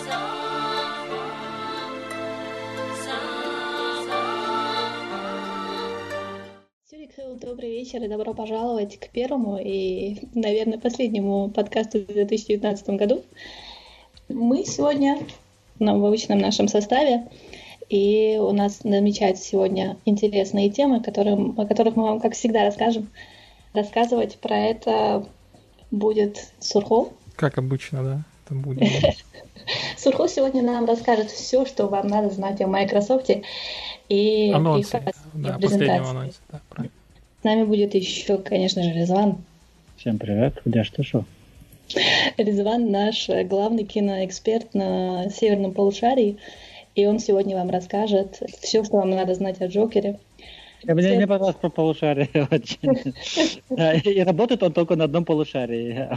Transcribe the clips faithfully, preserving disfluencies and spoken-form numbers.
Добрый вечер и добро пожаловать к первому и, наверное, последнему подкасту в две тысячи девятнадцатом году. Мы сегодня в обычном нашем составе, и у нас намечаются сегодня интересные темы, которые, о которых мы вам, как всегда, расскажем. Рассказывать про это будет Сурхо. Как обычно, да, это будет. Сурхо сегодня нам расскажет все, что вам надо знать о Microsoft и анонсе, да, последнего анонса, да, правильно. С нами будет еще, конечно же, Резван. Всем привет, где что шо? Резван наш главный киноэксперт на северном полушарии, и он сегодня вам расскажет все, что вам надо знать о Джокере. Мне не понравилось про полушарие очень. И работает он только на одном полушарии.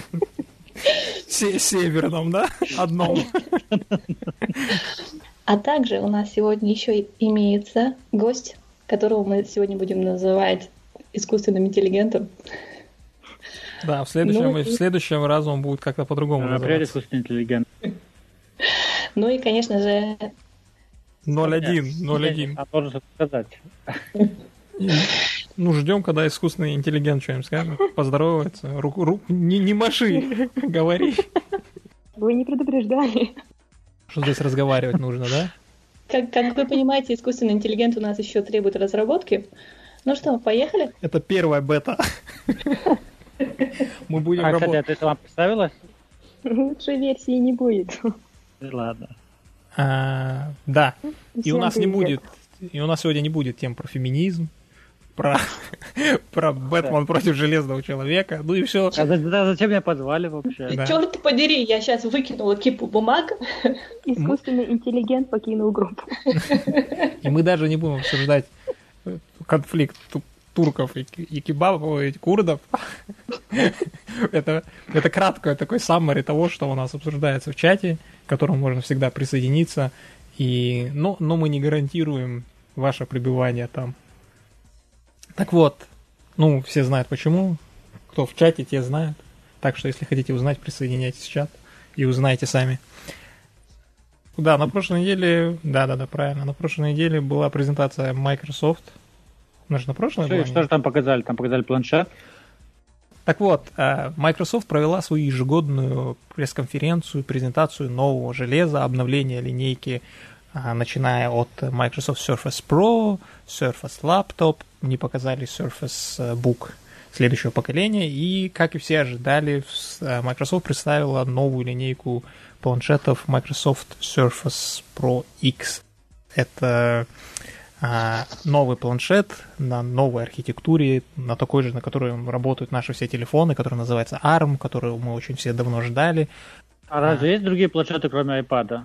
Северном, да? Одном. А также у нас сегодня еще имеется гость, которого мы сегодня будем называть искусственным интеллигентом. Да, в следующем, ну, и... в следующем разу он будет как-то по-другому а, называться. Привет, искусственный интеллигент. Ну и, конечно же... ноль один, ноль один. А можно сказать. Ну, ждем, когда искусственный интеллигент что-нибудь скажет, поздоровается. Руку, руку, не, не маши, говори. Вы не предупреждали. Что здесь разговаривать нужно, да? Как, как вы понимаете, искусственный интеллигент у нас еще требует разработки. Ну что, поехали? Это первая бета. Мы будем а, работать. А, ты сама представилась? Лучшей версии не будет. Ладно. А, да. И Всем у нас привет. не будет, и у нас сегодня не будет тем про феминизм, про, про Бэтмен против Железного Человека, ну и все. А зачем меня позвали вообще? Да. Черт подери, я сейчас выкинула кипу бумаг. Искусственный интеллигент покинул группу. И мы даже не будем обсуждать конфликт турков и, и кебабов, и курдов. это, это краткое такой саммари того, что у нас обсуждается в чате, к которому можно всегда присоединиться. И, но, но мы не гарантируем ваше пребывание там. Так вот, ну, все знают почему. Кто в чате, те знают. Так что, если хотите узнать, присоединяйтесь в чат и узнаете сами. Да, на прошлой неделе, да-да-да, правильно, на прошлой неделе была презентация Microsoft. Ну, же на прошлой Что, что же там показали? Там показали планшет. Так вот, Microsoft провела свою ежегодную пресс-конференцию, презентацию нового железа, обновления линейки, начиная от Microsoft Surface Pro, Surface Laptop, не показали Surface Book следующего поколения, и, как и все ожидали, Microsoft представила новую линейку планшетов Microsoft Surface Pro X. Это а, новый планшет на новой архитектуре, на такой же, на которой работают наши все телефоны, который называется арм, которую мы очень все давно ждали. А разве а, есть другие планшеты, кроме iPad?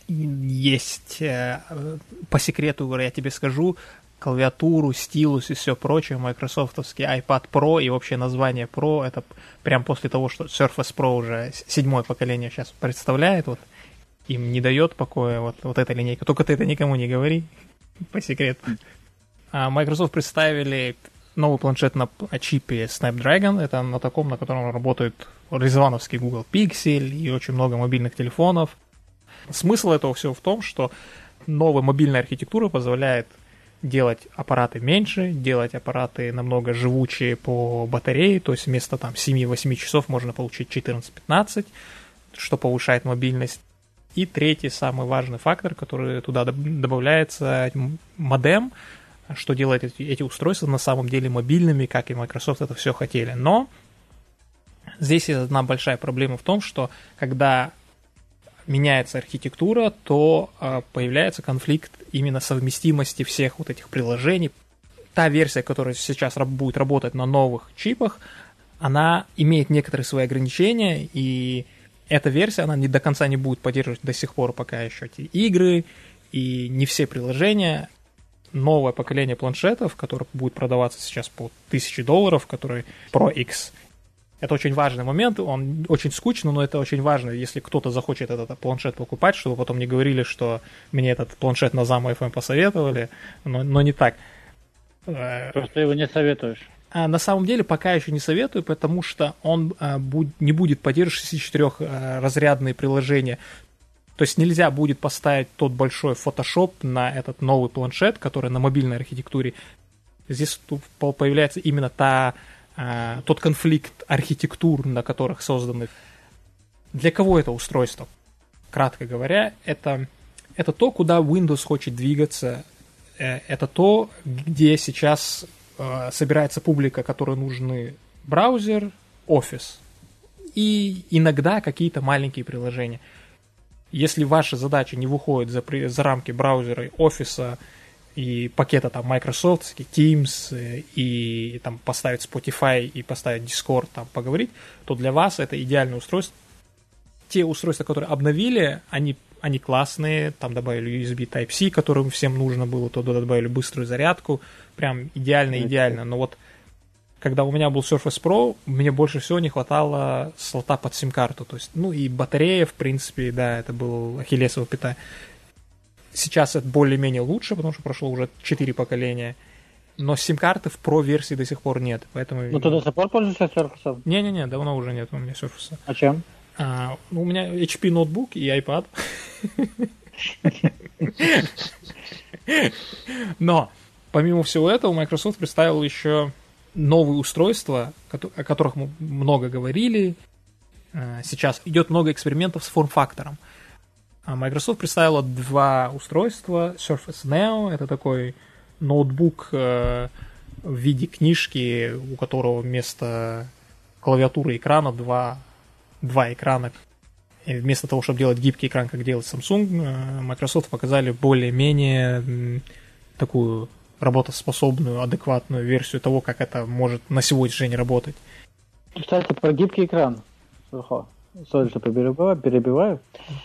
Есть. По секрету, я тебе скажу, клавиатуру, стилус и все прочее, майкрософтовский iPad Pro и вообще название Pro, это прям после того, что Surface Pro уже седьмое поколение сейчас представляет, вот им не дает покоя вот, вот эта линейка. Только ты это никому не говори, по секрету. А Microsoft представили новый планшет на чипе Snapdragon, это на таком, на котором работает резвановский Google Pixel и очень много мобильных телефонов. Смысл этого всего в том, что новая мобильная архитектура позволяет делать аппараты меньше, делать аппараты намного живучее по батарее, то есть вместо там семь-восемь часов можно получить четырнадцать-пятнадцать, что повышает мобильность. И третий, самый важный фактор, который туда добавляется, модем, что делает эти, эти устройства на самом деле мобильными, как и Microsoft это все хотели. Но здесь есть одна большая проблема в том, что когда меняется архитектура, то э, появляется конфликт именно совместимости всех вот этих приложений. Та версия, которая сейчас раб- будет работать на новых чипах, она имеет некоторые свои ограничения, и эта версия, она не до конца не будет поддерживать до сих пор пока еще эти игры, и не все приложения. Новое поколение планшетов, которое будет продаваться сейчас по тысяче долларов, который Pro X. Это очень важный момент, он очень скучный, но это очень важно, если кто-то захочет этот планшет покупать, чтобы потом не говорили, что мне этот планшет на зам эф эм посоветовали, но, но не так. Просто его не советуешь. А на самом деле пока еще не советую, потому что он а, будь, не будет поддерживать шестидесятичетырёхразрядные приложения. То есть нельзя будет поставить тот большой Photoshop на этот новый планшет, который на мобильной архитектуре. Здесь появляется именно та, а, тот конфликт архитектур, на которых созданы. Для кого это устройство? Кратко говоря, это, это то, куда Windows хочет двигаться. Это то, где сейчас э, собирается публика, которой нужны браузер, офис и иногда какие-то маленькие приложения. Если ваша задача не выходит за, за рамки браузера, офиса и пакета там Microsoft, Teams и, и там поставить Spotify и поставить Discord, там поговорить, то для вас это идеальное устройство. Те устройства, которые обновили, они, они классные, там добавили ю эс би Type-C, которым всем нужно было, то добавили быструю зарядку, прям идеально-идеально. Но вот когда у меня был Surface Pro, мне больше всего не хватало слота под сим-карту. То есть, ну и батарея, в принципе, да, это был ахиллесово пята. Сейчас это более-менее лучше, потому что прошло уже четыре поколения. Но сим-карты в Pro-версии до сих пор нет. Поэтому... Ну ты до сих пор пользуешься Surface? Не-не-не, давно уже нет у меня Surface. А чем? А, у меня эйч пи ноутбук и iPad. Но, помимо всего этого, Microsoft представил еще новые устройства, о которых мы много говорили. Сейчас идет много экспериментов с форм-фактором. Microsoft представила два устройства. Surface Neo, это такой ноутбук в виде книжки, у которого вместо клавиатуры и экрана два два экрана. И вместо того, чтобы делать гибкий экран, как делает Samsung, Microsoft показали более-менее такую работоспособную, адекватную версию того, как это может на сегодняшний день работать. Кстати, про гибкий экран. Сори, что перебиваю. перебиваю.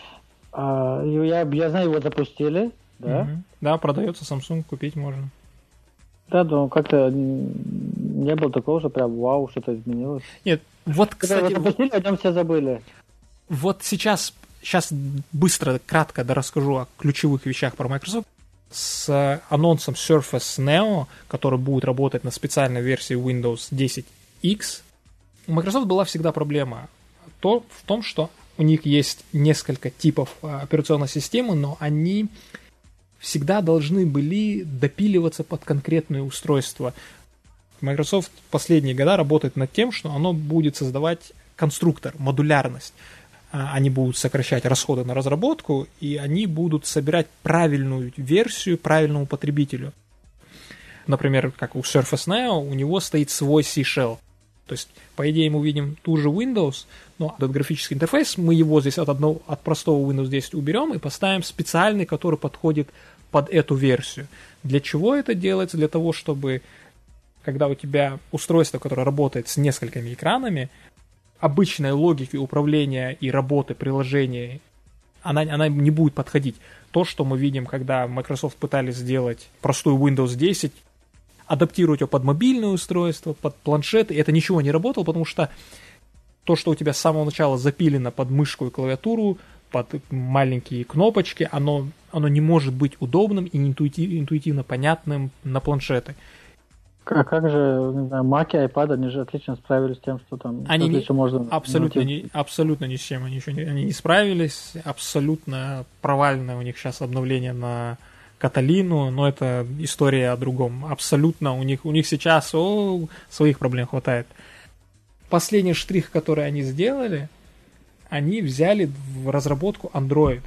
А, я, я знаю, его запустили. Да, mm-hmm. Да, продается Samsung, купить можно. Да, но как-то не было такого, что прям вау, что-то изменилось. Нет, вот, когда кстати... его запустили, о нем все забыли. Вот сейчас, сейчас быстро, кратко да, расскажу о ключевых вещах про Microsoft. С анонсом Surface Neo, который будет работать на специальной версии Windows десять икс, у Microsoft была всегда проблема то, в том, что у них есть несколько типов операционной системы, но они всегда должны были допиливаться под конкретное устройство. Microsoft последние года работает над тем, что оно будет создавать конструктор, модулярность. Они будут сокращать расходы на разработку, и они будут собирать правильную версию правильному потребителю. Например, как у Surface Neo, у него стоит свой C-Shell. То есть, по идее, мы видим ту же Windows, но этот графический интерфейс, мы его здесь от, одного, от простого Windows десять уберем и поставим специальный, который подходит под эту версию. Для чего это делается? Для того, чтобы, когда у тебя устройство, которое работает с несколькими экранами, обычной логики управления и работы приложения, она, она не будет подходить. То, что мы видим, когда Microsoft пытались сделать простую Windows десять, адаптировать ее под мобильное устройство, под планшеты, и это ничего не работало, потому что то, что у тебя с самого начала запилено под мышку и клавиатуру, под маленькие кнопочки, оно, оно не может быть удобным и интуитивно понятным на планшеты. А как же, не знаю, Mac и iPad, они же отлично справились с тем, что там они не, еще можно... Абсолютно, не, абсолютно ни с чем они, еще не, они не справились, абсолютно провальное у них сейчас обновление на Каталину, но это история о другом. Абсолютно у них, у них сейчас о, своих проблем хватает. Последний штрих, который они сделали, они взяли в разработку Android.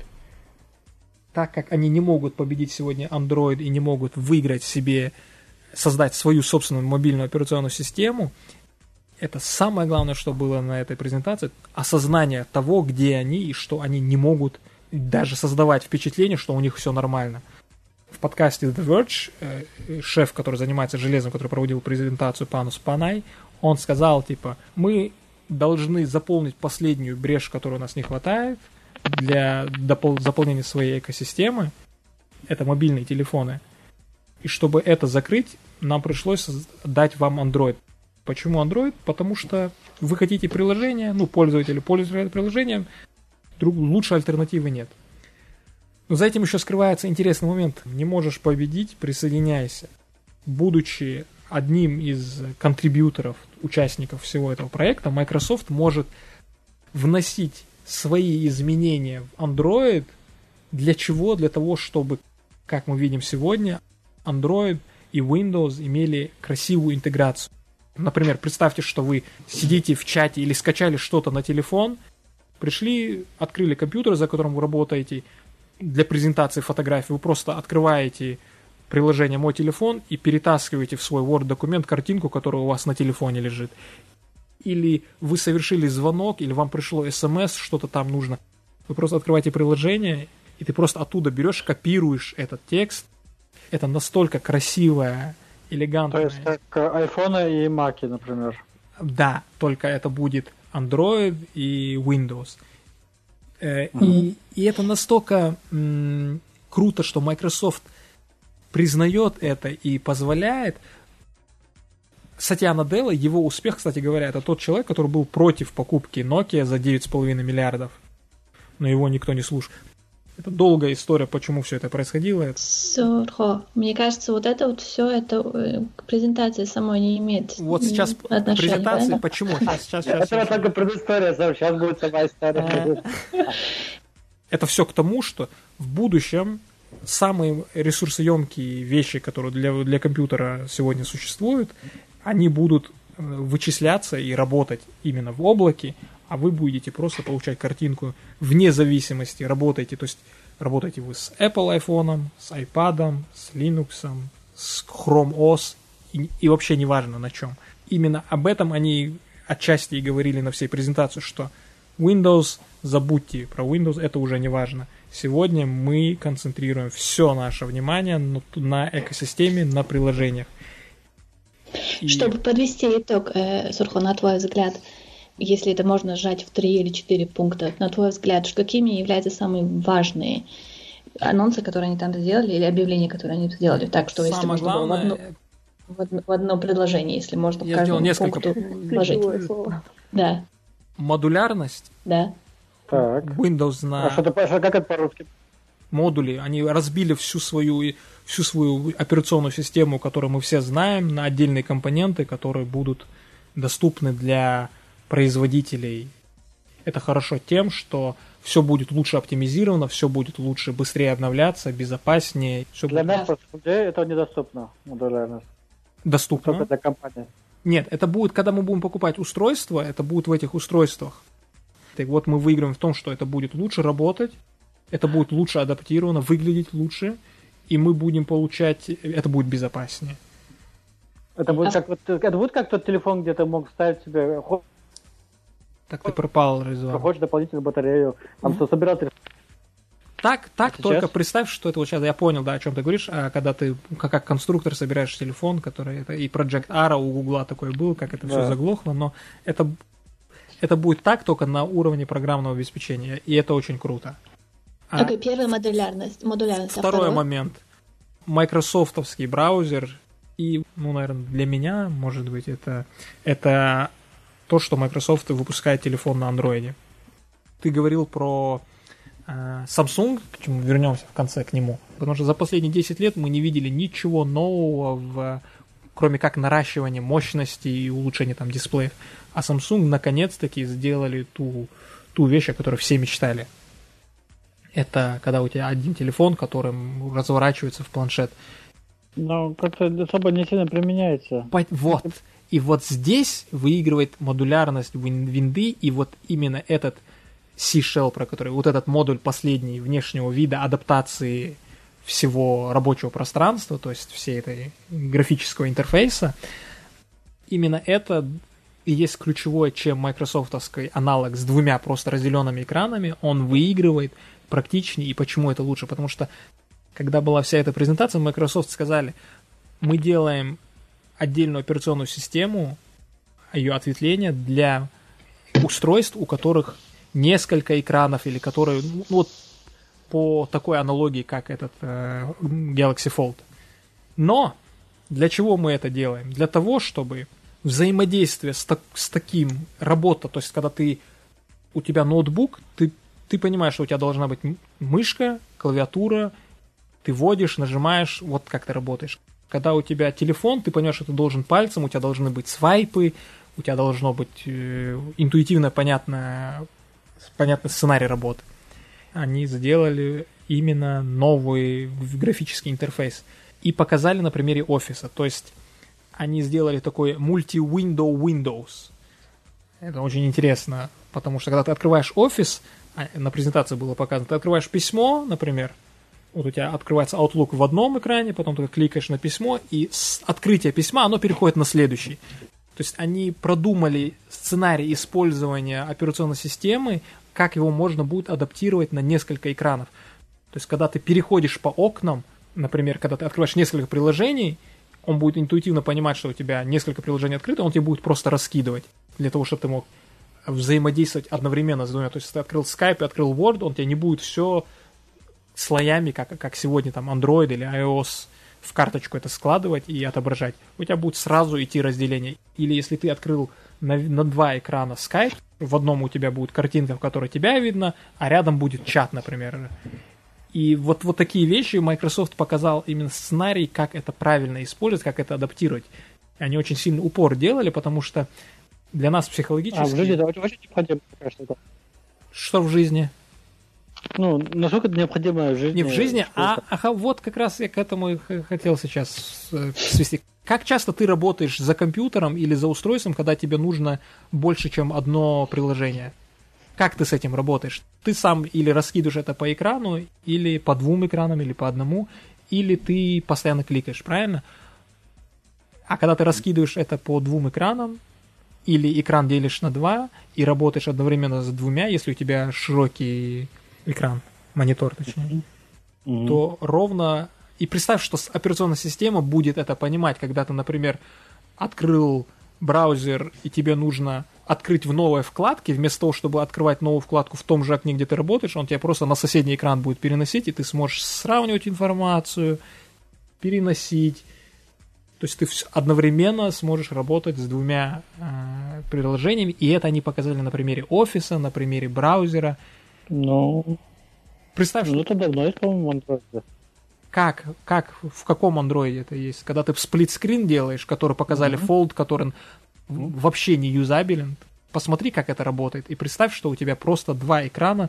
Так как они не могут победить сегодня Android и не могут выиграть себе, создать свою собственную мобильную операционную систему, это самое главное, что было на этой презентации, осознание того, где они и что они не могут даже создавать впечатление, что у них все нормально. В подкасте The Verge э, шеф, который занимается железом, который проводил презентацию, Панус Панай, он сказал, типа, мы должны заполнить последнюю брешь, которой у нас не хватает для допол- заполнения своей экосистемы. Это мобильные телефоны. И чтобы это закрыть, нам пришлось дать вам Android. Почему Android? Потому что вы хотите приложение, ну, пользователи пользуются приложением, друг, лучшей альтернативы нет. Но за этим еще скрывается интересный момент. Не можешь победить, присоединяйся. Будучи одним из контрибьюторов, участников всего этого проекта, Microsoft может вносить свои изменения в Android. Для чего? Для того, чтобы, как мы видим сегодня, Android и Windows имели красивую интеграцию. Например, представьте, что вы сидите в чате или скачали что-то на телефон, пришли, открыли компьютер, за которым вы работаете, для презентации фотографий, вы просто открываете приложение «Мой телефон» и перетаскиваете в свой Word-документ картинку, которая у вас на телефоне лежит. Или вы совершили звонок, или вам пришло смс, что-то там нужно. Вы просто открываете приложение, и ты просто оттуда берешь, копируешь этот текст. Это настолько красивая, элегантная... То есть как айфоны и маки, например. Да, только это будет Android и Windows. Mm-hmm. И, и это настолько м- круто, что Microsoft признает это и позволяет. Сатья Наделла, его успех, кстати говоря, это тот человек, который был против покупки Nokia за девять с половиной миллиардов. Но его никто не слушал. Это долгая история, почему все это происходило. Сурхо, мне кажется, вот это вот все, это к презентации самой не имеет вот сейчас отношения. Презентации, правильно? Почему? Сейчас, сейчас, сейчас, это только предыстория, сейчас будет сама история. Это все к тому, что в будущем самые ресурсоемкие вещи, которые для, для компьютера сегодня существуют, они будут вычисляться и работать именно в облаке, а вы будете просто получать картинку вне зависимости, работаете, то есть работаете вы с Apple iPhone, с iPad, с Linux, с Chrome о эс и, и вообще неважно на чем. Именно об этом они отчасти и говорили на всей презентации, что Windows, забудьте про Windows, это уже не важно. Сегодня мы концентрируем все наше внимание на, на экосистеме, на приложениях. И... Чтобы подвести итог, э, Сурхо, на твой взгляд, если это можно сжать в три или четыре пункта, на твой взгляд, какими являются самые важные анонсы, которые они там сделали, или объявления, которые они сделали, так что Самое если можно главное... было в одно, в, одно, в одно предложение, если можно Я в каждом несколько... пункту вложить. Да. Модулярность. Да. Так. Windows на... А что это, что, как это по-русски? Модули, они разбили всю свою, всю свою операционную систему, которую мы все знаем, на отдельные компоненты, которые будут доступны для производителей. Это хорошо тем, что все будет лучше оптимизировано, все будет лучше, быстрее обновляться, безопаснее. Все для будет... нас, просто людей, это недоступно, модулярность. Доступно. Только для компании. Нет, это будет, когда мы будем покупать устройства, это будет в этих устройствах. И вот мы выиграем в том, что это будет лучше работать, это будет лучше адаптировано, выглядеть лучше, и мы будем получать, это будет безопаснее. Это будет как, вот, это будет как тот телефон, где ты мог ставить себе... Так ты пропал, Резван. Хочешь дополнительную батарею, там mm-hmm. собирал телефон. Так, так, а только представь, что это вот сейчас, я понял, да, о чем ты говоришь, а когда ты как, как конструктор собираешь телефон, который, это и Project Ara у Гугла такой был, как это да. все заглохло, но это, это будет так только на уровне программного обеспечения, и это очень круто. А, okay, первая модулярность. модулярность второй, а второй момент. Майкрософтовский браузер, и, ну, наверное, для меня, может быть, это, это то, что Microsoft выпускает телефон на андроиде. Ты говорил про Samsung, к чему вернемся в конце к нему, потому что за последние десять лет мы не видели ничего нового, в, кроме как наращивания мощности и улучшения там дисплеев. А Samsung наконец-таки сделали ту, ту вещь, о которой все мечтали. Это когда у тебя один телефон, которым разворачивается в планшет. Но как-то особо не сильно применяется. Вот. И вот здесь выигрывает модулярность винды, и вот именно этот C-Shell, про который, вот этот модуль последний внешнего вида адаптации всего рабочего пространства, то есть всей этой графического интерфейса, именно это и есть ключевое, чем майкрософтовский аналог с двумя просто разделенными экранами, он выигрывает практичнее. И почему это лучше? Потому что, когда была вся эта презентация, Microsoft сказали, мы делаем отдельную операционную систему, ее ответвление для устройств, у которых несколько экранов, или которые, ну, вот по такой аналогии, как этот э, Galaxy Fold. Но для чего мы это делаем? Для того, чтобы взаимодействие с, так, с таким работа, то есть когда ты, у тебя ноутбук, ты, ты понимаешь, что у тебя должна быть мышка, клавиатура, ты вводишь, нажимаешь, вот как ты работаешь. Когда у тебя телефон, ты понимаешь, что ты должен пальцем, у тебя должны быть свайпы, у тебя должно быть э, интуитивно понятное понятно, сценарий работы. Они сделали именно новый графический интерфейс и показали на примере офиса. То есть они сделали такой multi-window Windows. Это очень интересно, потому что когда ты открываешь офис, на презентации было показано, ты открываешь письмо, например, вот у тебя открывается Outlook в одном экране, потом ты кликаешь на письмо, и с открытия письма оно переходит на следующий. То есть они продумали сценарий использования операционной системы, как его можно будет адаптировать на несколько экранов. То есть когда ты переходишь по окнам, например, когда ты открываешь несколько приложений, он будет интуитивно понимать, что у тебя несколько приложений открыто, он тебе будет просто раскидывать, для того, чтобы ты мог взаимодействовать одновременно с двумя. То есть, если ты открыл Skype и открыл Word, он тебе не будет все слоями, как, как сегодня там Android или iOS, в карточку это складывать и отображать. У тебя будет сразу идти разделение. Или если ты открыл на, на два экрана Skype, в одном у тебя будет картинка, в которой тебя видно, а рядом будет чат, например. И вот, вот такие вещи Microsoft показал именно сценарий, как это правильно использовать, как это адаптировать. Они очень сильно упор делали, потому что для нас психологически... А в жизни это очень, очень необходимо, конечно. Что в жизни? Ну, насколько это необходимо в жизни? Не в жизни, а, а вот как раз я к этому и хотел сейчас свести. Как часто ты работаешь за компьютером или за устройством, когда тебе нужно больше, чем одно приложение? Как ты с этим работаешь? Ты сам или раскидываешь это по экрану, или по двум экранам, или по одному, или ты постоянно кликаешь, правильно? А когда ты раскидываешь это по двум экранам, или экран делишь на два, и работаешь одновременно с двумя, если у тебя широкий экран, монитор точнее, mm-hmm. то ровно... И представь, что операционная система будет это понимать, когда ты, например, открыл браузер, и тебе нужно открыть в новой вкладке, вместо того, чтобы открывать новую вкладку в том же окне, где ты работаешь, он тебя просто на соседний экран будет переносить, и ты сможешь сравнивать информацию, переносить. То есть ты одновременно сможешь работать с двумя э, приложениями, и это они показали на примере офиса, на примере браузера. Ну, представь, ну что... это давно есть, по-моему, Android. Как, как, в каком андроиде это есть? Когда ты сплит-скрин делаешь, который показали mm-hmm. Fold, который mm-hmm. вообще не юзабелен, посмотри, как это работает, и представь, что у тебя просто два экрана.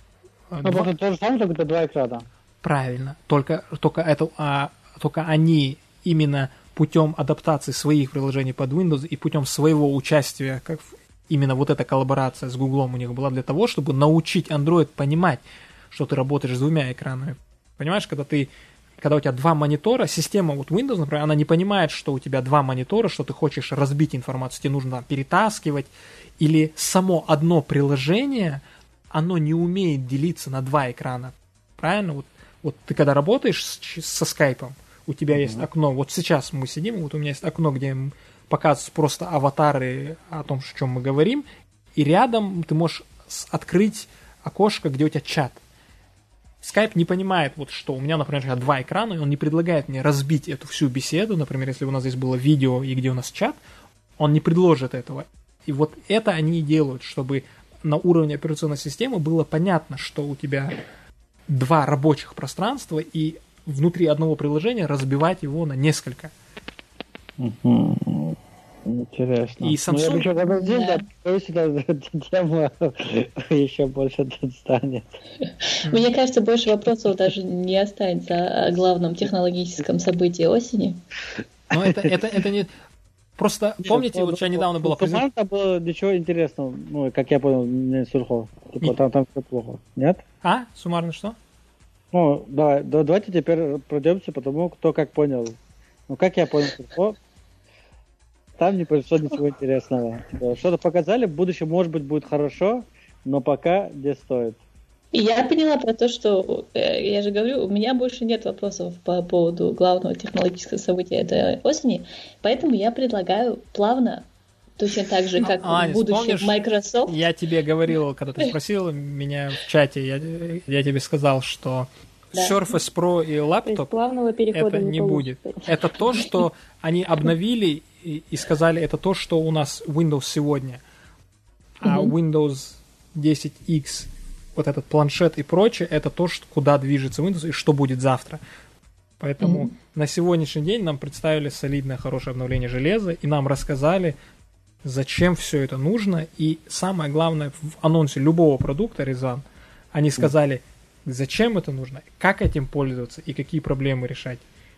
Ну, два... просто то же самое, только два экрана. Правильно, только, только, это, а, только они именно путем адаптации своих приложений под Windows и путем своего участия, как именно вот эта коллаборация с Гуглом у них была для того, чтобы научить Android понимать, что ты работаешь с двумя экранами. Понимаешь, когда ты, когда у тебя два монитора, система вот Windows, например, она не понимает, что у тебя два монитора, что ты хочешь разбить информацию, тебе нужно перетаскивать, или само одно приложение, оно не умеет делиться на два экрана. Правильно? Вот, вот ты когда работаешь с, со скайпом, у тебя mm-hmm. есть окно, вот сейчас мы сидим, вот у меня есть окно, где показываются просто аватары о том, о чем мы говорим, и рядом ты можешь открыть окошко, где у тебя чат. Skype не понимает, вот что у меня, например, два экрана, и он не предлагает мне разбить эту всю беседу, например, если у нас здесь было видео и где у нас чат, он не предложит этого. И вот это они и делают, чтобы на уровне операционной системы было понятно, что у тебя два рабочих пространства, и внутри одного приложения разбивать его на несколько. Mm-hmm. Интересно. И Samsung... Ну, я еще подожди, да, тема еще больше тут станет. Мне кажется, больше вопросов даже не останется о главном технологическом событии осени. Но это, это, это не... Просто помните, вот сейчас недавно была презентация... Там было ничего интересного, ну, как я понял, не Сурхов. Типа, там, там все плохо. Нет? А? Суммарно что? Ну, давай, давайте теперь пройдемся по тому, кто как понял. Ну, как я понял Сурхов, там не произошло ничего интересного. Что-то показали, в будущем, может быть, будет хорошо, но пока не стоит. И я поняла про то, что, я же говорю, у меня больше нет вопросов по поводу главного технологического события этой осени, поэтому я предлагаю плавно, точно так же, как а, в будущем вспомнишь, Microsoft. Я тебе говорил, когда ты спросил меня в чате, я, я тебе сказал, что да. Surface Pro и лаптоп это не, не будет. Это то, что они обновили и, и сказали, это то, что у нас Windows сегодня. А угу. Windows десять икс, вот этот планшет и прочее, это то, что, куда движется Windows и что будет завтра. Поэтому mm-hmm. на сегодняшний день нам представили солидное, хорошее обновление железа, и нам рассказали, зачем все это нужно, и самое главное, в анонсе любого продукта, Резван, они сказали, зачем это нужно, как этим пользоваться и какие проблемы решать.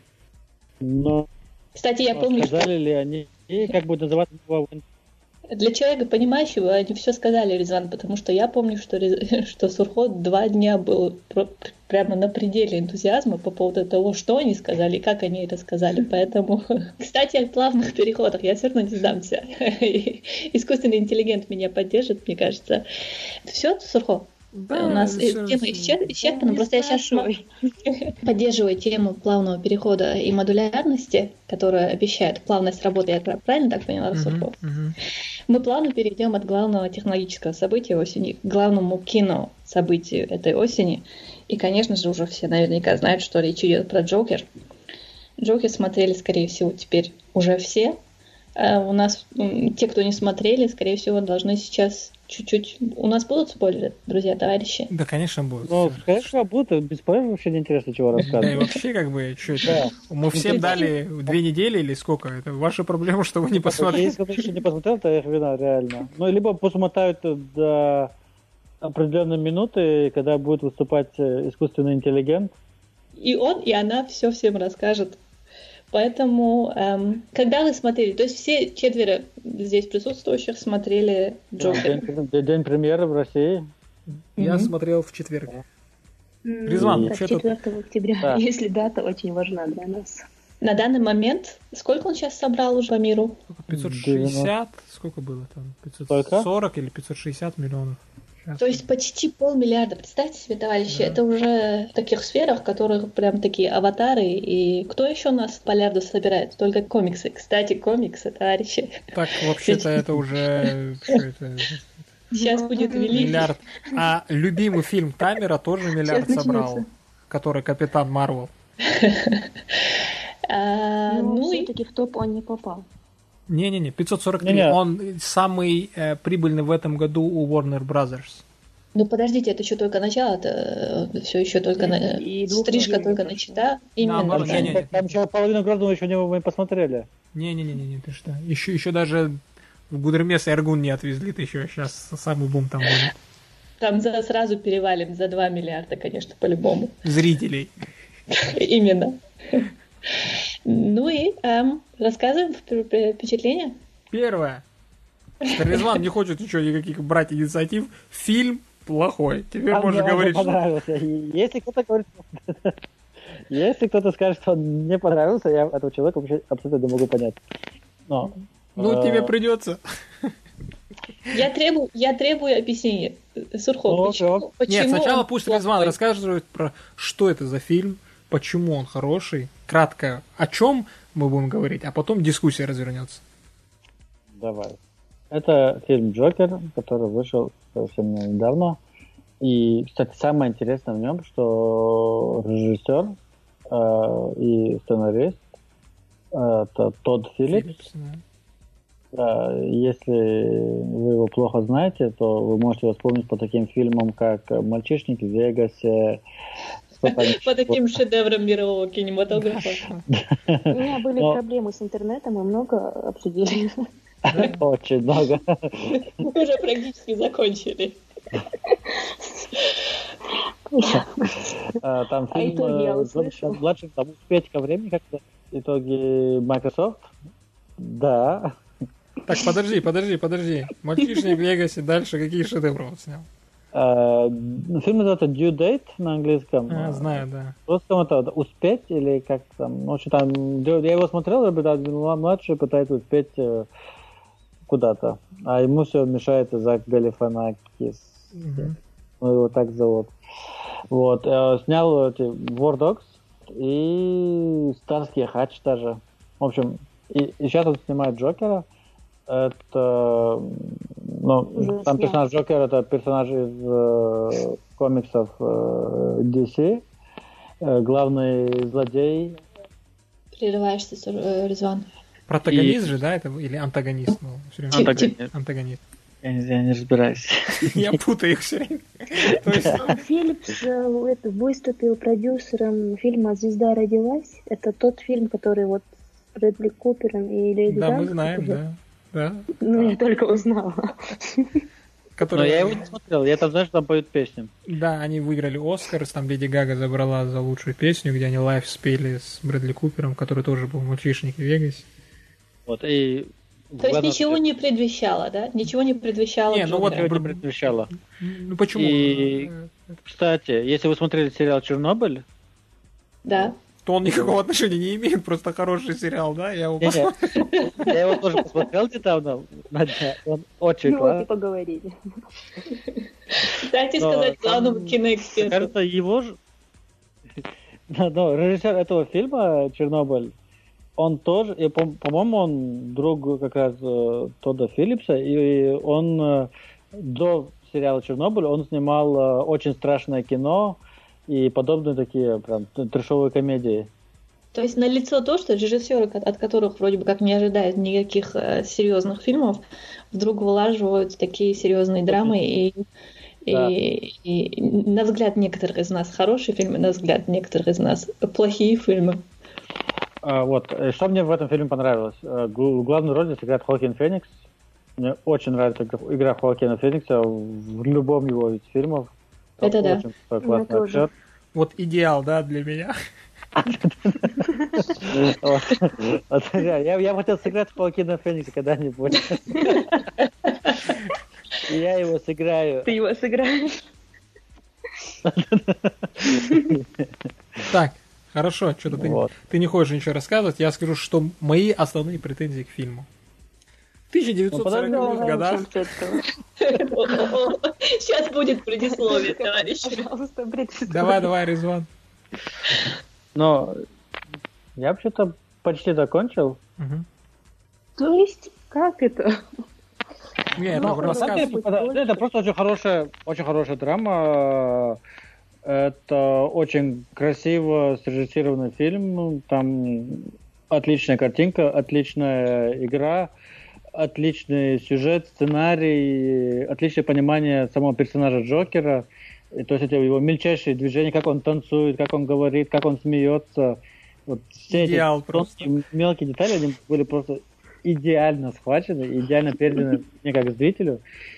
Но, Кстати, я помню, сказали что... ли они, и как будет называться новая Windows? Для человека, понимающего, они все сказали, Резван, потому что я помню, что, Рез- что Сурхот два дня был про- прямо на пределе энтузиазма по поводу того, что они сказали и как они это сказали. Поэтому, кстати, о плавных переходах я все равно не сдамся. Искусственный интеллигент меня поддержит, мне кажется. Все, Сурхот? Да, у нас всё, тема всё. исчерпана, просто я сейчас поддерживаю тему плавного перехода и модулярности, которая обещает плавность работы, я правильно так поняла, Сурхот? Мгм. Мы плавно перейдем от главного технологического события осени к главному кино событию этой осени. И, конечно же, уже все наверняка знают, что речь идет про Джокер. Джокер смотрели, скорее всего, теперь уже все. А у нас, м, те, кто не смотрели, скорее всего, должны сейчас чуть-чуть... У нас будут спойлеры, друзья, товарищи? Да, конечно, будет. Ну, конечно, будут, без спойлеров вообще не интересно, чего Да и рассказывать. вообще, как бы, что Да. это? Мы всем дали две недели или сколько? Это ваша проблема, что вы не посмотрели. Если кто еще не посмотрел, то их вина, реально. Ну, либо посмотрят до определенной минуты, когда будет выступать э, искусственный интеллигент. И он, и она все всем расскажет. Поэтому, эм, когда вы смотрели, то есть все четверо здесь присутствующих смотрели Джокер. День, день- день премьеры в России. Я Мгм. смотрел в четверг. М, Резван, так, вообще-то- четвёртого октября, Да. если дата очень важна для нас. На данный момент, сколько он сейчас собрал уже по миру? пятьсот шестьдесят, сколько было там? пятьсот сорок или пятьсот шестьдесят миллионов. Сейчас. То есть почти полмиллиарда. Представьте себе, товарищи, Да. это уже в таких сферах, в которых прям такие аватары. И кто еще у нас полярду собирает? Только комиксы. Кстати, комиксы, товарищи. Так, вообще-то это уже что это, Сейчас будет великий. миллиард. А любимый фильм Тамера тоже миллиард Сейчас собрал, начнется. который Капитан Марвел. А, Но ну и все-таки в топ он не попал. Не-не-не, пятьсот сорок три. Не-не. Он самый э, прибыльный в этом году у Warner Brothers. ну подождите, это еще только начало, это все еще только на... И двух стрижка недель только не начата. Именно. Наоборот, Там, не-не-не. там еще половину граждан еще не мы посмотрели. Не-не-не, ты что? Еще, еще даже в Гудермес и Аргун не отвезли, ты еще сейчас самый бум там будет. Там за, сразу перевалим за два миллиарда, конечно, по-любому. Зрителей. Именно. Ну и эм, рассказываем вп- вп- впечатления. Первое. Что Резван не хочет ничего никаких брать инициатив. Фильм плохой. Теперь А можно мне он говорить, что... понравился. И Если кто-то говорит, что- если кто-то скажет, что он не понравился, я этого человека вообще абсолютно не могу понять. Но, Ну, э, тебе придется. Я требую, я требую объяснения. Сурхов, Ну, почему, так. почему Нет, сначала он пусть плохой? Резван расскажет про что это за фильм, почему он хороший, кратко о чем мы будем говорить, а потом дискуссия развернется. Давай. Это фильм «Джокер», который вышел совсем недавно. И, кстати, самое интересное в нем, что режиссер э, и сценарист э, это Тодд Филлипс. Филлипс, да. Да, если вы его плохо знаете, то вы можете его вспомнить по таким фильмам, как «Мальчишник в Вегасе». что там еще По таким шедеврам мирового кинематографа. У меня были Но- проблемы с интернетом, мы много обсудили. Очень много. Мы уже практически закончили. А, Там А фильм итоги я э, услышала. младший, там успеть ко времени как-то. Итоги Microsoft. Да. Так, подожди, подожди, подожди. Мальчишник в Вегасе, дальше какие шедевры он снял? А, Фильм называется Due Date на английском. А, знаю, да. В русском это успеть или как там. Ну, что там. Я его смотрел, ребята, младший пытается успеть э, куда-то. А ему все мешает Зак Галифанакис. Мгм. Ну, его так зовут. Вот. э, Снял эти War Dogs и Старский Хач даже. В общем, и, и сейчас он снимает Джокера. Это, ну, Уже там снял. персонаж Джокера, это персонаж из э, комиксов э, ди си. Э, главный злодей. Прерываешься, Сур- э, Резван. Протагонист же, да, это или антагонист? Ну, всё время. Антагонист. Антагонист. Я не, я не разбираюсь. Я путаю их все время. То есть, Филлипс э, это, выступил продюсером фильма «Звезда родилась». Это тот фильм, который вот с Брэдли Купером и Леди да, мы Гагой. знаем, да. Да? Ну, я только узнала. Которые... Но я его не смотрел, я там, знаешь, там поют песни. Да, они выиграли Оскар, там Леди Гага забрала за лучшую песню, где они лайв спели с Брэдли Купером, который тоже был мальчишник в Вегасе. Вот, и... То есть ничего не предвещало, да? Ничего не предвещало. Не, ну вот ничего не предвещало. Ну почему? И, кстати, если вы смотрели сериал «Чернобыль», да, то он никакого отношения не имеет, просто хороший сериал, да? Я его, я его тоже посмотрел недавно, он очень ну, классный. вот и поговорили. Дайте сказать главному киноэксперту. Кажется, его же... Но режиссер этого фильма «Чернобыль», он тоже, и, по- по-моему, он друг как раз э, Тодда Филлипса, и он э, до сериала «Чернобыль» он снимал э, очень страшное кино и подобные такие прям трешовые комедии. То есть налицо то, что режиссеры, от которых вроде бы как не ожидают никаких э, серьезных фильмов, вдруг вылаживают такие серьезные драмы, и, Да. и, и на взгляд некоторых из нас хорошие фильмы, на взгляд некоторых из нас плохие фильмы. А, вот, э, что мне в этом фильме понравилось? Э, гл- В главной роли сыграет Хоакин Феникс. Мне очень нравится игра- игра Хоакина Феникса в любом его из фильмов. Это Он да. очень такой Мне классный тоже. актер. вот идеал, да, для меня. Вот. Вот, Я я бы хотел сыграть Хоакина Феникса когда-нибудь. Я его сыграю. Ты его сыграешь? Так, хорошо, что-то ты, Вот. ты не хочешь ничего рассказывать. Я скажу, что мои основные претензии к фильму. В тысяча девятьсот сороковых Ну, годах Начнем с этого. Сейчас будет предисловие, товарищи. Пожалуйста, представь. Давай, давай, Резван. Но я вообще-то почти закончил. Мгм. То есть, как это? Не, это Ну, на самом деле, рассказ. это, это просто очень хорошая, очень хорошая драма. Это очень красиво срежиссированный фильм. Там отличная картинка, отличная игра, отличный сюжет, сценарий, отличное понимание самого персонажа Джокера. И, то есть это его мельчайшие движения, как он танцует, как он говорит, как он смеется. Вот все Идеал эти тонкие, мелкие детали, они были просто идеально схвачены, идеально переданы мне как зрителю.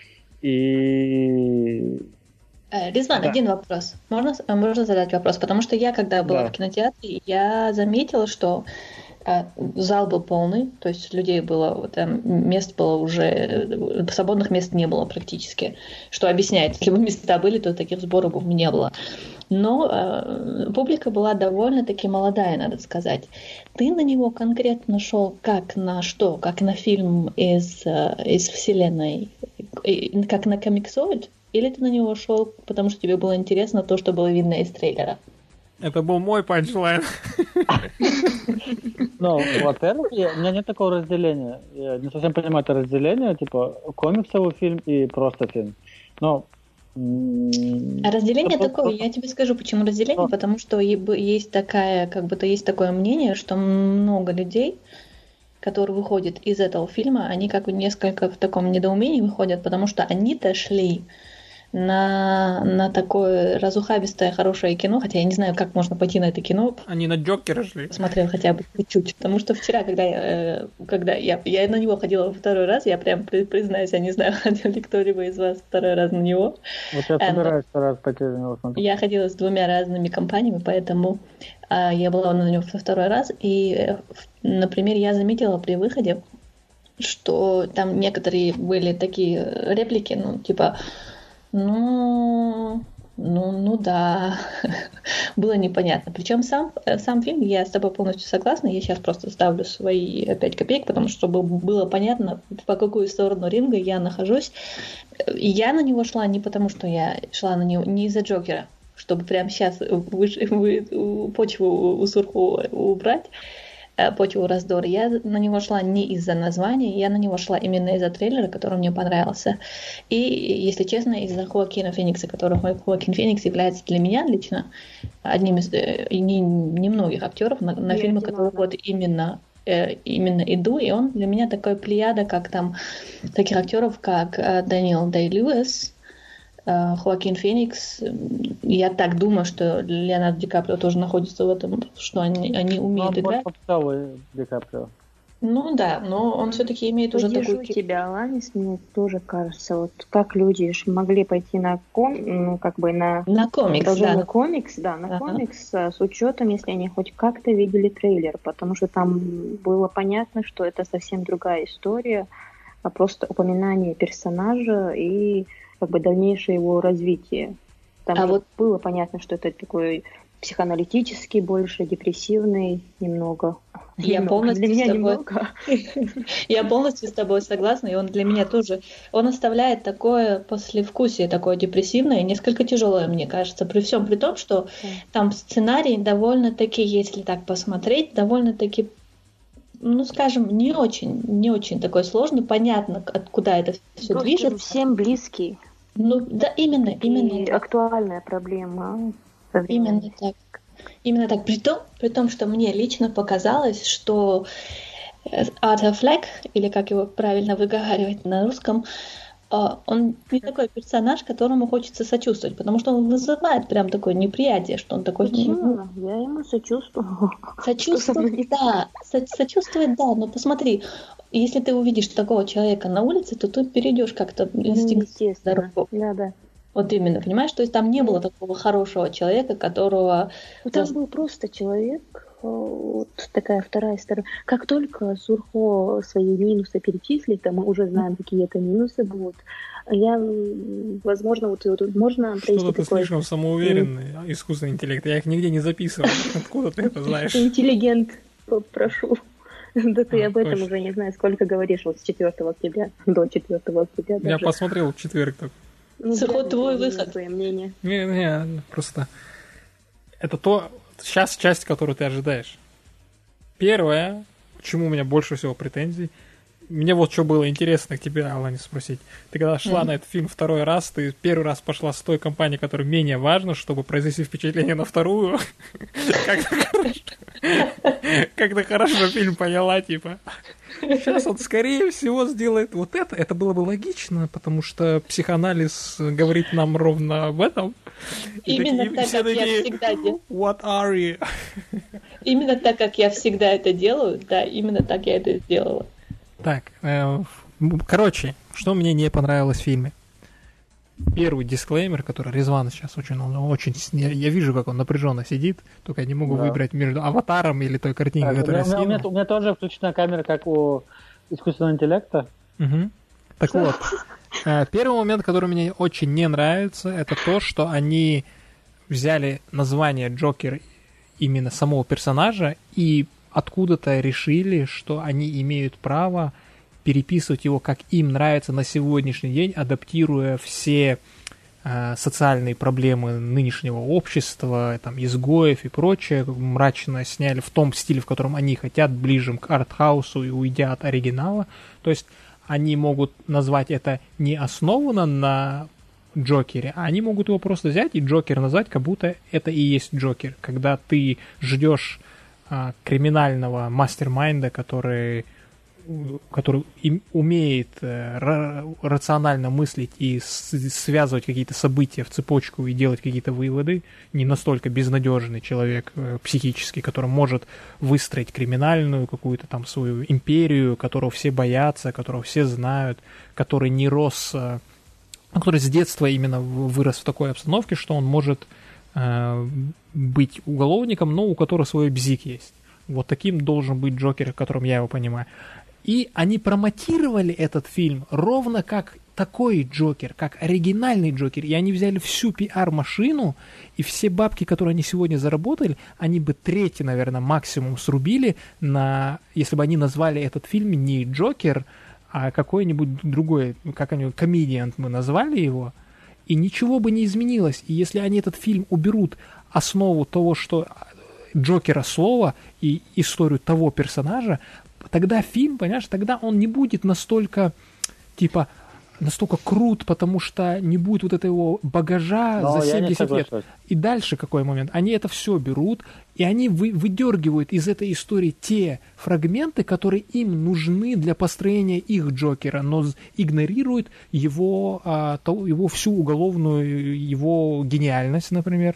И Э, Резван, Да. один вопрос. Можно, с- э, можно задать вопрос? Потому что я, когда была Да. в кинотеатре, я заметила, что э, зал был полный, то есть людей было, вот там мест было уже, э, свободных мест не было практически, что объясняет, если бы места были, то таких сборов бы не было. Но э, публика была довольно-таки молодая, надо сказать. Ты на него конкретно шел как на что? Как на фильм из, э, из вселенной? И- Как на комиксоид? Или ты на него шел, потому что тебе было интересно то, что было видно из трейлера? Это был мой панчлайн. Ну, во-первых, я- у меня нет такого разделения. Я не совсем понимаю это разделение, типа комиксовый фильм и просто фильм. Но м, А разделение это такое, просто- я тебе скажу, почему разделение, Ну. потому что и б- есть такая, как бы то есть такое мнение, что много людей, которые выходят из этого фильма, они как бы несколько в таком недоумении выходят, потому что они-то шли на, на такое разухабистое хорошее кино, хотя я не знаю, как можно пойти на это кино, Они на Джокера шли. посмотрел хотя бы чуть-чуть, потому что вчера, когда я, э, когда я, я на него ходила во второй раз, я прям при- признаюсь, я не знаю, ходил ли кто-либо из вас второй раз на него. Вот я Эм, собираюсь второй раз пойти на него смотреть. Я ходила с двумя разными компаниями, поэтому а, я была на него во второй раз. И, э, в- например, я заметила при выходе, что там некоторые были такие э, реплики, ну, типа, ну, ну, ну да, было непонятно. Причем сам, э, сам фильм, я с тобой полностью согласна, я сейчас просто ставлю свои э, пять копеек, потому что чтобы было понятно, по какую сторону ринга я нахожусь. И я на него шла не потому, что я шла на него не из-за Джокера, чтобы прямо сейчас выш- вы- у- почву у сурку убрать, э, почву раздора. Я на него шла не из-за названия, я на него шла именно из-за трейлера, который мне понравился. И, если честно, из-за Хоакина Феникса, который Хо- Хоакин Феникс является для меня лично одним из э, не- немногих актеров, на, на Не фильмы, один, которые да. вот именно э, именно иду, и он для меня такой плеяда, как там таких актеров, как э, Дэниел Дэй-Льюис, э, Хоакин Феникс. Я так думаю, что Леонардо Ди Каприо тоже находится в этом, что они, они Ну, умеют он играть. больше попсовый Ди Каприо. Ну да, но он все-таки имеет уже Поддержу такую... тебя, Аланис, мне тоже кажется, вот как люди ж могли пойти на ком, ну как бы на На комикс, продолжение да. комикс, да, на Ага. комикс а, с учетом, если они хоть как-то видели трейлер, потому что там было понятно, что это совсем другая история, а просто упоминание персонажа и как бы дальнейшее его развитие. Там А же вот было понятно, что это такой психоаналитический, больше депрессивный немного. я Немного. полностью Для меня с тобой... немного. Я полностью с тобой согласна, и он для меня тоже... Он оставляет такое послевкусие, такое депрессивное, и несколько тяжелое, мне кажется, при всем при том, что Да. там сценарий довольно-таки, если так посмотреть, довольно-таки, ну, скажем, не очень, не очень такой сложный, понятно, откуда это все Просто движется. всем близкий Ну, да, именно, именно и так. актуальная проблема Именно современная. так. Именно так. При том, при том, что мне лично показалось, что э, Артур Флек, или как его правильно выговаривать на русском, э, он не такой персонаж, которому хочется сочувствовать, потому что он вызывает прям такое неприятие, что он такой... ну, Почему? Я ему сочувствую. Сочувствовать, да, со- сочувствовать, да, но посмотри, если ты увидишь такого человека на улице, то ты перейдешь как-то Ну, инстинкт естественно. дорогу. Да, да. Вот именно, понимаешь? То есть там не было такого хорошего человека, которого... Ну, там был просто человек, э, вот такая вторая сторона. Как только Сурхо свои минусы перечислит, а мы уже знаем, какие это минусы будут, я, м, возможно, вот, вот можно провести Что-то ты такой слишком самоуверенный, искусственный интеллект. Я их нигде не записывал. Откуда ты это знаешь? интеллигент, попрошу. Да ты А, об этом точно. уже не знаю, сколько говоришь, вот с четвёртого октября, до четвёртого октября Я даже. посмотрел в четверг так. Ну, Сухой реально, твой измени выход. свое мнение. Не, не, просто... Это то... Сейчас часть, которую ты ожидаешь. Первое, к чему у меня больше всего претензий, мне вот что было интересно к тебе, Алане, спросить. Ты когда шла Мгм. на этот фильм второй раз, ты первый раз пошла с той компанией, которая менее важна, чтобы произвести впечатление на вторую. Как-то хорошо. Как-то хорошо фильм поняла, типа. Сейчас он, скорее всего, сделает вот это. Это было бы логично, потому что психоанализ говорит нам ровно об этом. И Именно такие- так, все как я такие, всегда делаю. What are you? Именно так, как я всегда это делаю, да, именно так я это сделала. Так, э, м, короче, что мне не понравилось в фильме? Первый дисклеймер, который Резван сейчас очень, он очень, с- я, я вижу, как он напряженно сидит, только я не могу Да. выбрать между аватаром или той картинкой, Так, у, которую меня, я у, меня, скинул. у меня тоже включена камера, как у искусственного интеллекта. Мгм. Так вот, э, первый момент, который мне очень не нравится, это то, что они взяли название Джокер именно самого персонажа и откуда-то решили, что они имеют право переписывать его, как им нравится на сегодняшний день, адаптируя все э, социальные проблемы нынешнего общества, там, изгоев и прочее, мрачно сняли в том стиле, в котором они хотят, ближе к артхаусу и уйдя от оригинала. То есть они могут назвать это не основано на Джокере, а они могут его просто взять и Джокер назвать, как будто это и есть Джокер. Когда ты ждешь а, криминального мастер-майнда, который, который им, умеет э, ра- рационально мыслить и с- связывать какие-то события в цепочку и делать какие-то выводы, не настолько безнадежный человек э, психически, который может выстроить криминальную какую-то там свою империю, которого все боятся, которого все знают, который не рос... Э, который с детства именно вырос в такой обстановке, что он может э, быть уголовником, но у которого свой бзик есть. Вот таким должен быть Джокер, которым я его понимаю. И они промотировали этот фильм ровно как такой Джокер, как оригинальный Джокер. И они взяли всю пиар-машину, и все бабки, которые они сегодня заработали, они бы третий, наверное, максимум срубили, на, если бы они назвали этот фильм не Джокер, а какой-нибудь другой, как они, комедиант мы назвали его, и ничего бы не изменилось. И если они этот фильм уберут основу того, что Джокера слова и историю того персонажа, тогда фильм, понимаешь, тогда он не будет настолько, типа, настолько крут, потому что не будет вот этого багажа Но за я не семьдесят лет. соглашусь. И дальше какой момент? Они это все берут, и они вы, выдергивают из этой истории те фрагменты, которые им нужны для построения их Джокера, но игнорируют его, а, то, его всю уголовную, его гениальность, например.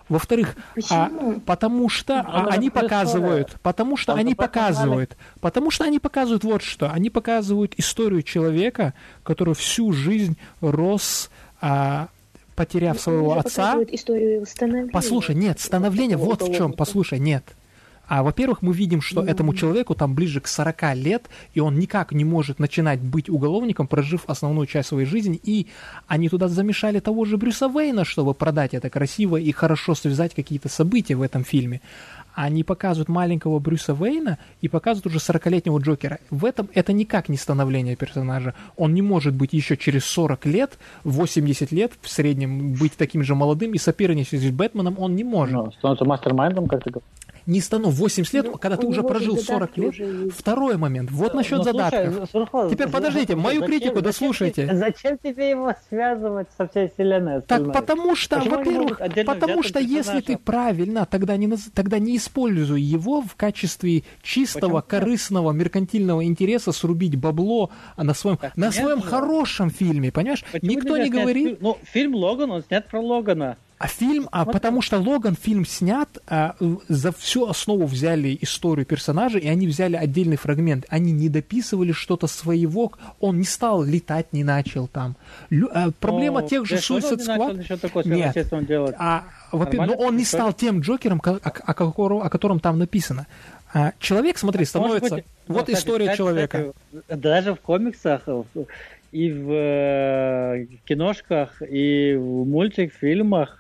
Во-вторых, а, потому что а, они показывают, потому что они показывают, потому что они показывают вот что, они показывают историю человека, который всю жизнь рос, а, потеряв своего отца. Историю становления. Послушай, нет, становление, вот в чем, послушай, нет. А, во-первых, мы видим, что mm-hmm. этому человеку там ближе к сорока лет, и он никак не может начинать быть уголовником, прожив основную часть своей жизни, и они туда замешали того же Брюса Уэйна, чтобы продать это красиво и хорошо связать какие-то события в этом фильме. Они показывают маленького Брюса Уэйна и показывают уже сорокалетнего Джокера. В этом это никак не становление персонажа. Он не может быть еще через сорок лет, восемьдесят лет в среднем, быть таким же молодым и соперничать с Бэтменом он не может. Ну, становится мастер-майндом, как ты говоришь. Не стану восемьдесят лет, ну, когда ты уже прожил сорок лет. Второй момент. Вот насчет ну, задатков. Слушай, Сурхов, Теперь подождите, мою зачем, критику дослушайте. Зачем, зачем тебе его связывать со всей вселенной? Так потому что, Почему во-первых, потому что если ты правильно, тогда не, тогда не используй его в качестве чистого, Почему? корыстного, меркантильного интереса срубить бабло на своем, так, на своем хорошем фильме, понимаешь? Почему Никто не говорит... Фильм? Ну, фильм «Логан», он снят про Логана. А фильм, а, вот потому что Логан фильм снят, а, за всю основу взяли историю персонажа, и они взяли отдельный фрагмент. Они не дописывали что-то своего, он не стал летать, не начал там. Лю, а, проблема ну, тех же Suicide Squad. Нет, а, во-первых, но он не стал тем Джокером, о, о, о, котором, о котором там написано. А, человек, смотри, становится... Быть, вот история кстати, человека. Кстати, даже в комиксах... И в э, киношках, и в мультик-фильмах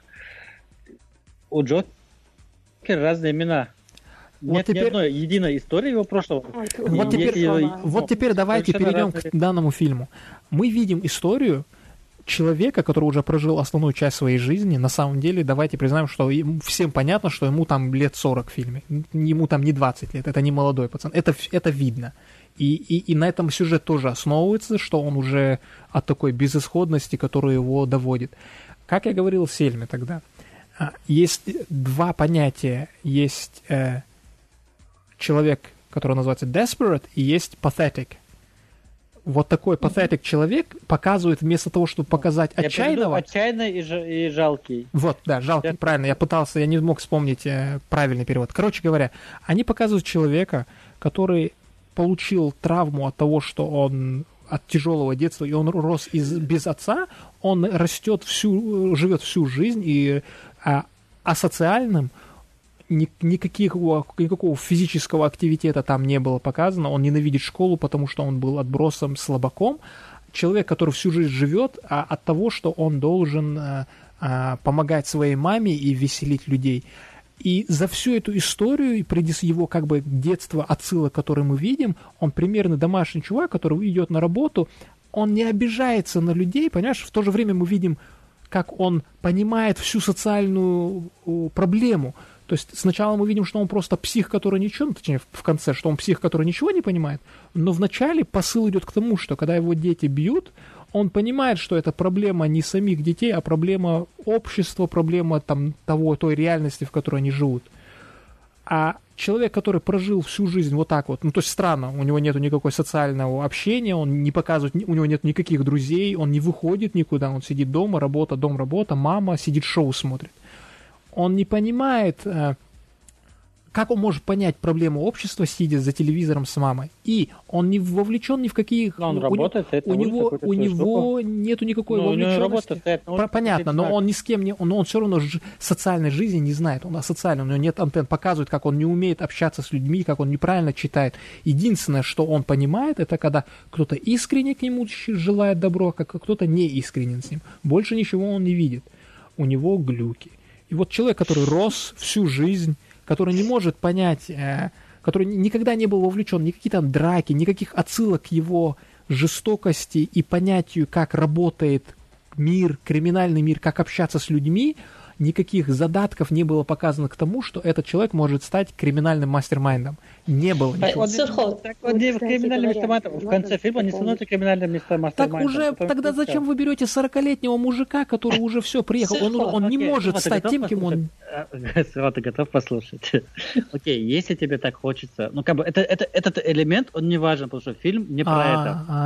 у Джокера разные имена. Вот Нет теперь... ни одной единой истории его прошлого. Вот теперь, его... вот теперь давайте перейдем разные... к данному фильму. Мы видим историю человека, который уже прожил основную часть своей жизни. На самом деле, давайте признаем, что всем понятно, что ему там лет сорок в фильме. Ему там не двадцать лет, это не молодой пацан. Это, это видно. И, и, и на этом сюжет тоже основывается, что он уже от такой безысходности, которая его доводит. Как я говорил в Сельме тогда, есть два понятия. Есть э, человек, который называется desperate, и есть pathetic. Вот такой pathetic человек показывает, вместо того, чтобы показать я отчаянного... Отчаянный и, ж, и жалкий. Вот, да, жалкий, я... правильно. Я пытался, я не мог вспомнить э, правильный перевод. Короче говоря, они показывают человека, который... получил травму от того, что он от тяжелого детства, и он рос из, без отца, он растет всю, живет всю жизнь, и а, асоциальным ни, никакого, никакого физического активитета там не было показано, он ненавидит школу, потому что он был отбросом, слабаком. Человек, который всю жизнь живет а, от того, что он должен а, а, помогать своей маме и веселить людей. И за всю эту историю, и его как бы детство, отсылок, которые мы видим, он примерно домашний чувак, который идет на работу, он не обижается на людей, понимаешь? В то же время мы видим, как он понимает всю социальную проблему. То есть сначала мы видим, что он просто псих, который ничего, точнее в конце, что он псих, который ничего не понимает, но вначале посыл идет к тому, что когда его дети бьют, он понимает, что это проблема не самих детей, а проблема общества, проблема там, того, той реальности, в которой они живут. А человек, который прожил всю жизнь вот так вот, ну то есть странно, у него нет никакого социального общения, он не показывает, у него нет никаких друзей, он не выходит никуда, он сидит дома, работа, дом, работа, мама, сидит шоу смотрит. Он не понимает, как он может понять проблему общества, сидя за телевизором с мамой. И он не вовлечен ни в какие... Но он у работает, у, у него, у него нету никакой но вовлеченности. Работает, понятно, но он ни с кем не... Он, он все равно ж, социальной жизни не знает. Он асоциальный, у него нет антенн. Показывает, как он не умеет общаться с людьми, как он неправильно читает. Единственное, что он понимает, это когда кто-то искренне к нему желает добро, а кто-то не искренен с ним. Больше ничего он не видит. У него глюки. И вот человек, который рос всю жизнь, который не может понять, э, который никогда не был вовлечен, никакие там драки, никаких отсылок к его жестокости и понятию, как работает мир, криминальный мир, как общаться с людьми, никаких задатков не было показано к тому, что этот человек может стать криминальным мастер-майндом. Не было ничего. Он, так он не криминальным мастер-майндом. В конце фильма не становится криминальным мастер-майндом. Так уже, тогда зачем вы берете сорокалетнего мужика, который уже все приехал? Он, он не может стать тем, кем он... Сырот, ты готов послушать? Окей, если тебе так хочется... Ну, как бы, это, это, этот элемент, он не важен, потому что фильм не про это.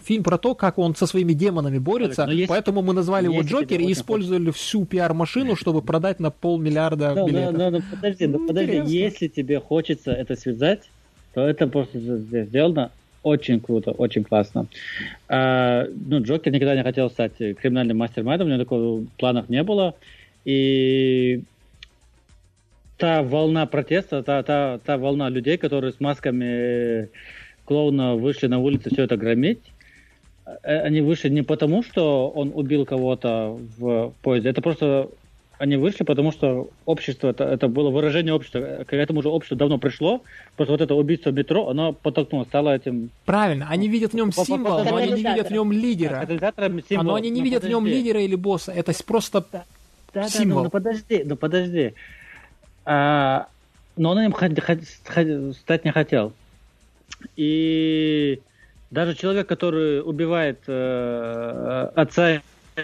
фильм про то, как он со своими демонами борется, Алекс, есть, поэтому мы назвали его Джокер и использовали хочешь... всю пиар-машину, чтобы продать на полмиллиарда no, билетов. No, no, no, подожди, ну, подожди, интересно. Если тебе хочется это связать, то это просто сделано очень круто, очень классно. А, ну, Джокер никогда не хотел стать криминальным мастер-майндом, у него такого планов не было, и та волна протеста, та, та, та волна людей, которые с масками клоуна вышли на улицу все это громить, они вышли не потому, что он убил кого-то в поезде, это просто они вышли, потому что общество, это, это было выражение общества, к этому уже общество давно пришло, просто вот это убийство в метро, оно подтолкнуло, стало этим... Правильно, они видят в нем символ, но они не видят в нем лидера. Символ, но они не видят подожди. в нем лидера или босса, это просто да, да, символ. Да, ну, ну подожди, ну подожди. А, но он им стать не хотел. И даже человек, который убивает э, отца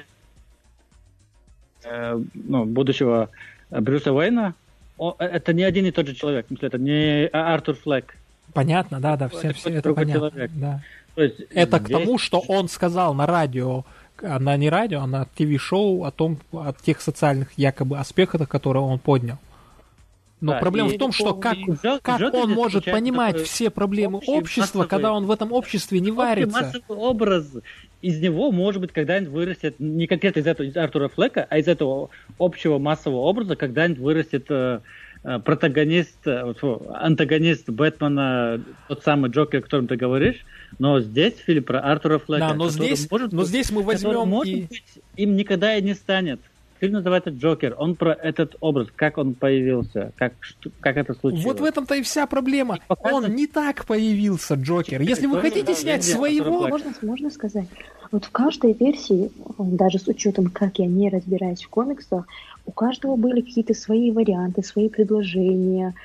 э, ну, будущего Брюса Уэйна, он, это не один и тот же человек. Это не Артур Флек. Понятно, да, да, все, все это понятно. Да. То есть это здесь... к тому, что он сказал на радио, на не радио, а на ТВ-шоу о том, о тех социальных якобы аспектах, которые он поднял. Но да, проблема в том, что как, жал, как он может понимать все проблемы общества, массовый, когда он в этом обществе не варится. Массовый образ, из него, может быть, когда-нибудь вырастет, не конкретно из этого из Артура Флека, а из этого общего массового образа, когда-нибудь вырастет э, протагонист, э, антагонист Бэтмена, тот самый Джокер, о котором ты говоришь. Но здесь фильм про Артура Флека. Да, но здесь, может но быть, здесь мы возьмем может и... быть, им никогда и не станет. Фильм называется «Джокер». Он про этот образ, как он появился, как, как это случилось. Вот в этом-то и вся проблема. И показывает... Он не так появился, Джокер. Если вы хотите да, снять везде, своего... Можно, можно сказать, вот в каждой версии, даже с учетом, как я не разбираюсь в комиксах, у каждого были какие-то свои варианты, свои предложения.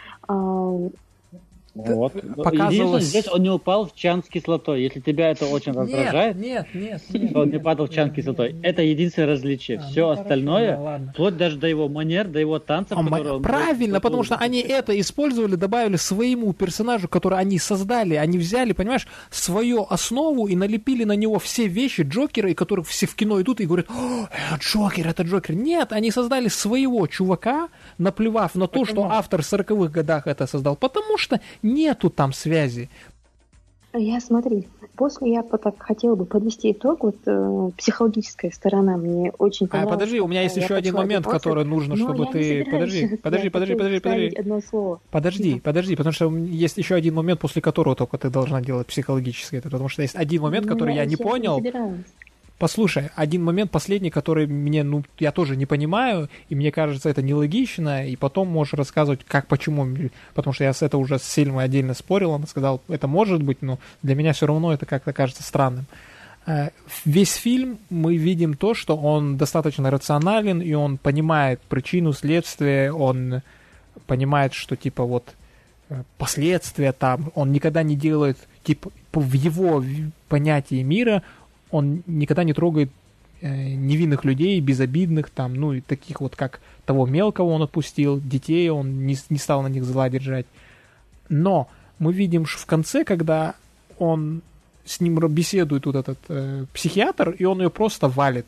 Вот. Показывалось... Здесь он не упал в чан с кислотой. Если тебя это очень раздражает, нет, нет, нет, он нет, не падал в чан с кислотой. Нет, это единственное различие. А, Все ну, остальное, хорошо, да, вплоть даже до его манер, до его танцев, а, которые он... Правильно, потому что они это использовали, добавили своему персонажу, который они создали. Они взяли, понимаешь, свою основу и налепили на него все вещи Джокера, и которых все в кино идут и говорят: это Джокер, это Джокер. Нет, они создали своего чувака, наплевав на то, Почему? что автор в сороковых годах это создал. Потому что нету там связи. Я, смотри, после я так хотела бы подвести итог, вот э, психологическая сторона мне очень понравилась. А подожди, у меня есть еще один момент, после... который нужно, чтобы ты... Подожди, подожди, подожди, подожди, подожди. Одно слово. Подожди, да. подожди, потому что есть еще один момент, после которого только ты должна делать психологическое, потому что есть один момент, ну, который я, я не понял. Не Послушай, один момент последний, который мне, ну, я тоже не понимаю, и мне кажется, это нелогично, и потом можешь рассказывать, как, почему, потому что я с это уже с Сильмой отдельно спорил, она сказала, это может быть, но для меня все равно это как-то кажется странным. Весь фильм мы видим то, что он достаточно рационален, и он понимает причину, следствие, он понимает, что, типа, вот, последствия там, он никогда не делает, типа, в его понятии мира, он никогда не трогает э, невинных людей, безобидных, там, ну, и таких вот, как того мелкого он отпустил, детей он не, не стал на них зла держать. Но мы видим в конце, когда он с ним беседует вот этот э, психиатр, и он ее просто валит.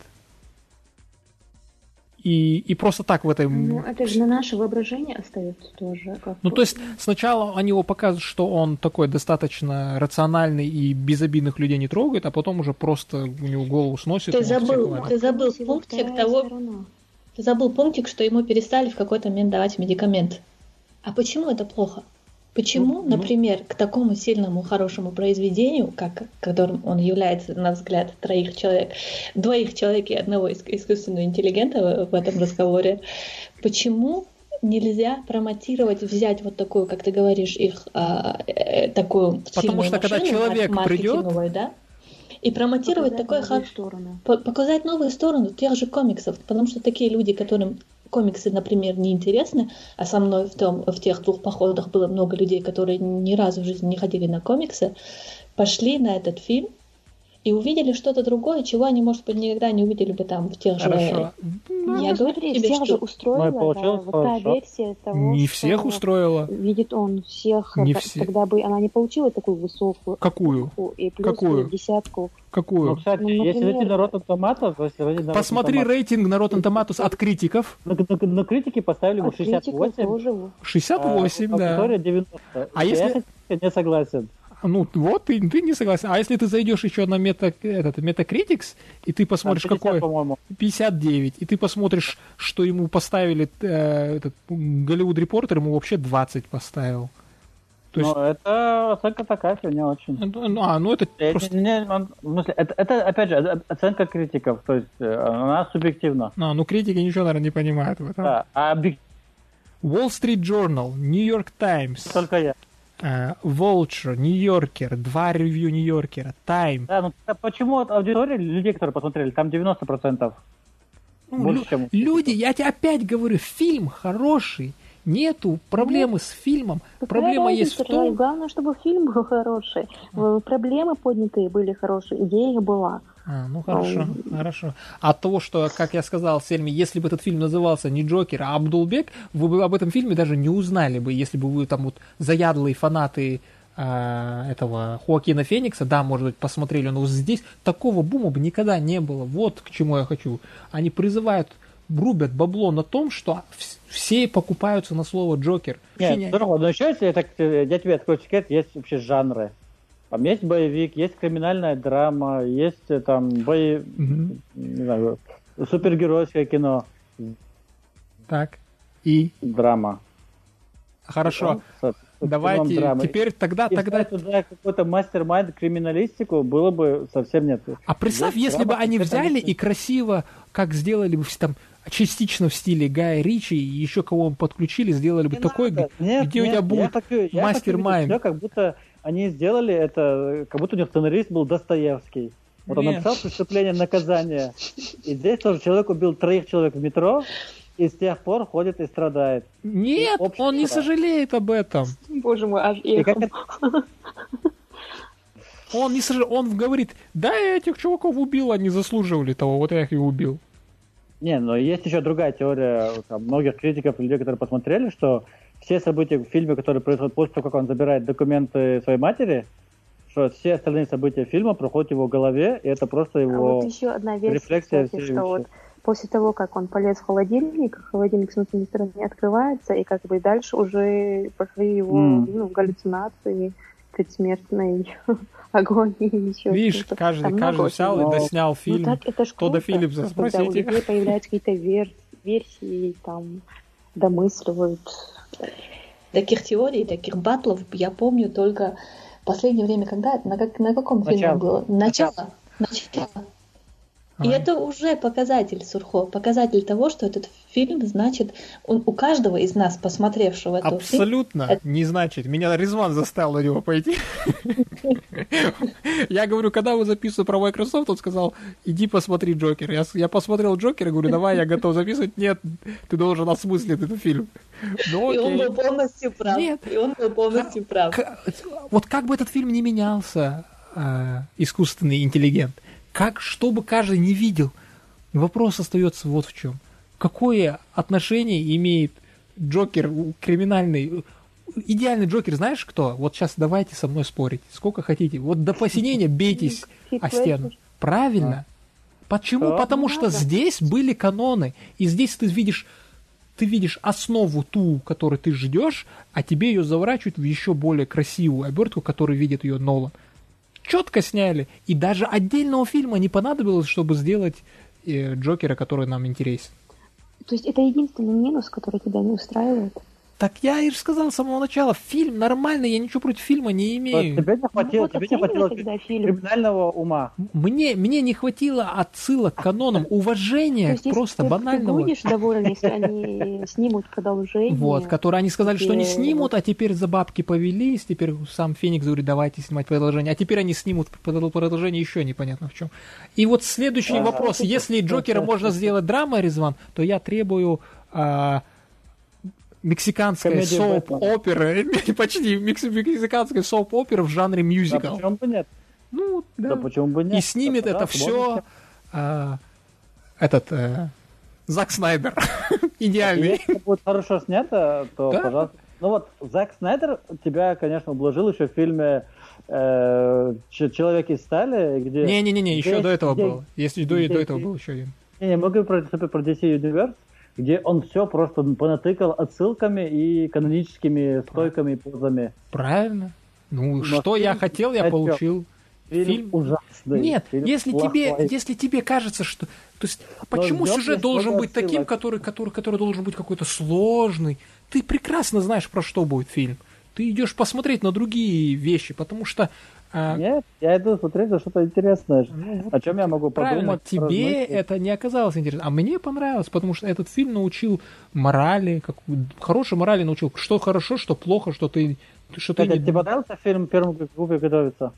И, и просто так в этой... Ну, это же на наше воображение остается тоже. Как ну, то есть сначала они его показывают, что он такой достаточно рациональный и безобидных людей не трогает, а потом уже просто у него голову сносит. Ты забыл, ты забыл пунктик того... Сторона. Ты забыл пунктик, что ему перестали в какой-то момент давать медикамент. А почему это плохо? Почему, ну, например, к такому сильному, хорошему произведению, как которым он является, на взгляд троих человек, двоих человек и одного искусственного интеллигента в этом разговоре, почему нельзя промотировать, взять вот такую, как ты говоришь, их а, э, такую Потому что машину, когда человек придет, да, и промотировать такое, показать новые стороны тех же комиксов, потому что такие люди, которым комиксы, например, неинтересны, а со мной в, том, в тех двух походах было много людей, которые ни разу в жизни не ходили на комиксы, пошли на этот фильм и увидели что-то другое, чего они, может быть, никогда не увидели бы там в тех же... Хорошо. Ну, Я говорю смотри, тебе, всех что... же устроила, Ну, да, вот та хорошо. версия того, Не что всех устроило. видит он всех, Не т- все. тогда бы она не получила такую высокую Какую? оценку и плюс Какую? десятку. Какую? Ну, кстати, Ну, если например, зайти на Rotten Tomatoes, то есть зайти на Rotten Посмотри Tomatoes, рейтинг на Rotten Tomatoes от критиков. на, на- на критике поставили ему От шестьдесят критиков восемь, тоже. шестьдесят восемь, а да. аудитория девяносто. А Я, если- кстати, не согласен. Ну, вот, ты, ты не согласен. А если ты зайдешь еще на мета, этот, Metacritics, и ты Там посмотришь, пятьдесят, какой... по-моему. пятьдесят девять, и ты посмотришь, что ему поставили, э, этот Голливуд Репортер ему вообще двадцать поставил. То есть, Ну, это оценка такая, не очень. ну, а, ну это Я просто... не- не- он- в смысле, это, это, опять же, о- оценка критиков, то есть э, она субъективна. А, ну критики ничего, наверное, не понимают в этом. Да, а объективно Wall Street Journal, New York Times, только я. э, Vulture, New Yorker, два ревью New Yorker, Time. Да, ну а почему от аудитории людей, которые посмотрели, там девяносто процентов Ну, больше, лю- чем... люди, я тебе опять говорю, фильм хороший, нету проблемы с фильмом. Какая Проблема есть в разница, Рай? том... Главное, чтобы фильм был хороший. Э, Проблемы поднятые были хорошие, идея была. А, ну хорошо, хорошо. От того, что, как я сказал, Сельме, если бы этот фильм назывался не Джокер, а Абдулбек, вы бы об этом фильме даже не узнали бы, если бы вы там вот заядлые фанаты а, этого Хоакина Феникса, да, может быть, посмотрели, но здесь такого бума бы никогда не было. Вот к чему я хочу. Они призывают, рубят бабло на том, что вс- все покупаются на слово Джокер. Вообще Нет, не- здорово, но еще, если я, так, э, я тебе открою секрет, есть вообще жанры. Там есть боевик, есть криминальная драма, есть э, там бои, Мгм. не знаю, супергеройское кино, Так, и драма. хорошо. С- с Давайте кином драмы. теперь тогда, И тогда вставить туда какой-то мастер-майнд криминалистику было бы совсем нет. А представь, Здесь если бы драма они конкретно взяли личная. и красиво, как сделали бы в- там частично в стиле Гая Ричи, и еще кого подключили, сделали бы Не такой, надо. Нет, где у нет, тебя я будет хочу- я хочу мастер-майнд. видеть всё, как будто они сделали это, как будто у них сценарист был Достоевский. Вот он Нет. написал «Преступление, наказание». И здесь тоже человек убил троих человек в метро, и с тех пор ходит и страдает. Нет, общество. он не сожалеет об этом. Боже мой, аж И как эхом. это- Он не сожалеет, он говорит, да, я этих чуваков убил, они заслуживали того, вот я их и убил. Не, но есть еще другая теория там, многих критиков и людей, которые посмотрели, что все события в фильме, которые происходят после того, как он забирает документы своей матери, что все остальные события фильма проходят в его голове, и это просто А его... вот еще одна версия, рефлексия кстати, всей что вещи. вот после того, как он полез в холодильник, холодильник с внутренней стороны открывается, и как бы дальше уже пошли его М. ну, галлюцинации, предсмертной агонии или еще Видишь, что-то. каждый, Там много каждый очень взял и много. доснял Ну фильм. так это ж Тодда круто, Филлипса, когда у спросите. людей появляются какие-то вер- версии, там, домысливают. Таких теорий, таких батлов я помню только в последнее время, когда, на, как, на каком фильме Начало. было? Начало. Начало. И Ага. это уже показатель, Сурхо, показатель того, что этот фильм, значит, он, у каждого из нас, посмотревшего этот фильм, Абсолютно это- не значит. Меня Резван заставил на него пойти. Я говорю, когда вы записываете про Microsoft, он сказал, иди посмотри Джокер. Я, с- я посмотрел Джокер и говорю, давай, я готов записывать. Нет, ты должен осмыслить этот фильм. Ну и он окей. был полностью прав. Нет. И он был полностью прав. К- Вот как бы этот фильм не менялся, а, искусственный интеллигент, как, что бы каждый не видел, вопрос остается вот в чем. Какое отношение имеет Джокер у- криминальный? Идеальный Джокер, знаешь кто? Вот сейчас давайте со мной спорить, сколько хотите. Вот до посинения бейтесь Хит о стену. Леджер. Правильно. Почему? Да. Потому что Надо. здесь были каноны, и здесь ты видишь, ты видишь основу ту, которую ты ждешь, а тебе ее заворачивают в еще более красивую обертку, которую видит ее Нолан. Четко сняли, и даже отдельного фильма не понадобилось, чтобы сделать э, Джокера, который нам интересен. То есть это единственный минус, который тебя не устраивает? Так я и сказал с самого начала, фильм нормальный, я ничего против фильма не Вот имею. тебе не хватило, Ну вот тебе не оценивай хватило тогда фильм. криминального ума. Мне, мне не хватило отсылок к канонам, То уважения есть, если просто ты, банального. ты будешь доволен, если они снимут продолжение? Вот, которые они сказали, что не где снимут, вот- а теперь за бабки повелись, теперь сам Феникс говорит, давайте снимать продолжение, а теперь они снимут продол- продолжение еще непонятно в чем. И вот следующий Ага. вопрос, если Джокера можно сделать драмой, Резван, то я требую а, мексиканской Комедию соуп-оперы, почти мекси- мексиканской соуп-оперы в жанре А мюзикл. почему бы нет? Ну, да. Да почему бы нет? И снимет Да, это пожалуйста, все можно. а, этот а, Зак Снайдер. Идеальный. Если это будет хорошо снято, то, Да. пожалуйста. Ну вот, Зак Снайдер тебя, конечно, ублажил еще в фильме э, Ч- «Человек из стали», где... Не-не-не, еще где- до этого где- был. Если до, где- до этого был еще один. Не, не, мы говорим про, супер- про ди си Universe, где он все просто понатыкал отсылками и каноническими стойками и позами. Правильно. Ну, Но что фильм я хотел, я о чём? получил. Фильм, Фильм- ужасный. Нет, фильм если плохой. тебе, если тебе кажется, что... То есть, почему в нём сюжет есть должен много быть таким, отсылок. который, который, который должен быть какой-то сложный? Ты прекрасно знаешь, про что будет фильм. Ты идешь посмотреть на другие вещи, потому что... а, Нет, я иду смотреть на что-то интересное. ну, вот О чем я могу правильно, подумать? тебе размыслить. это не оказалось интересно. А мне понравилось, потому что этот фильм научил морали, как, хорошей морали научил, что хорошо, что плохо, что ты... Что ты Кстати, не- тебе понравился фильм «Первому к губе готовится»?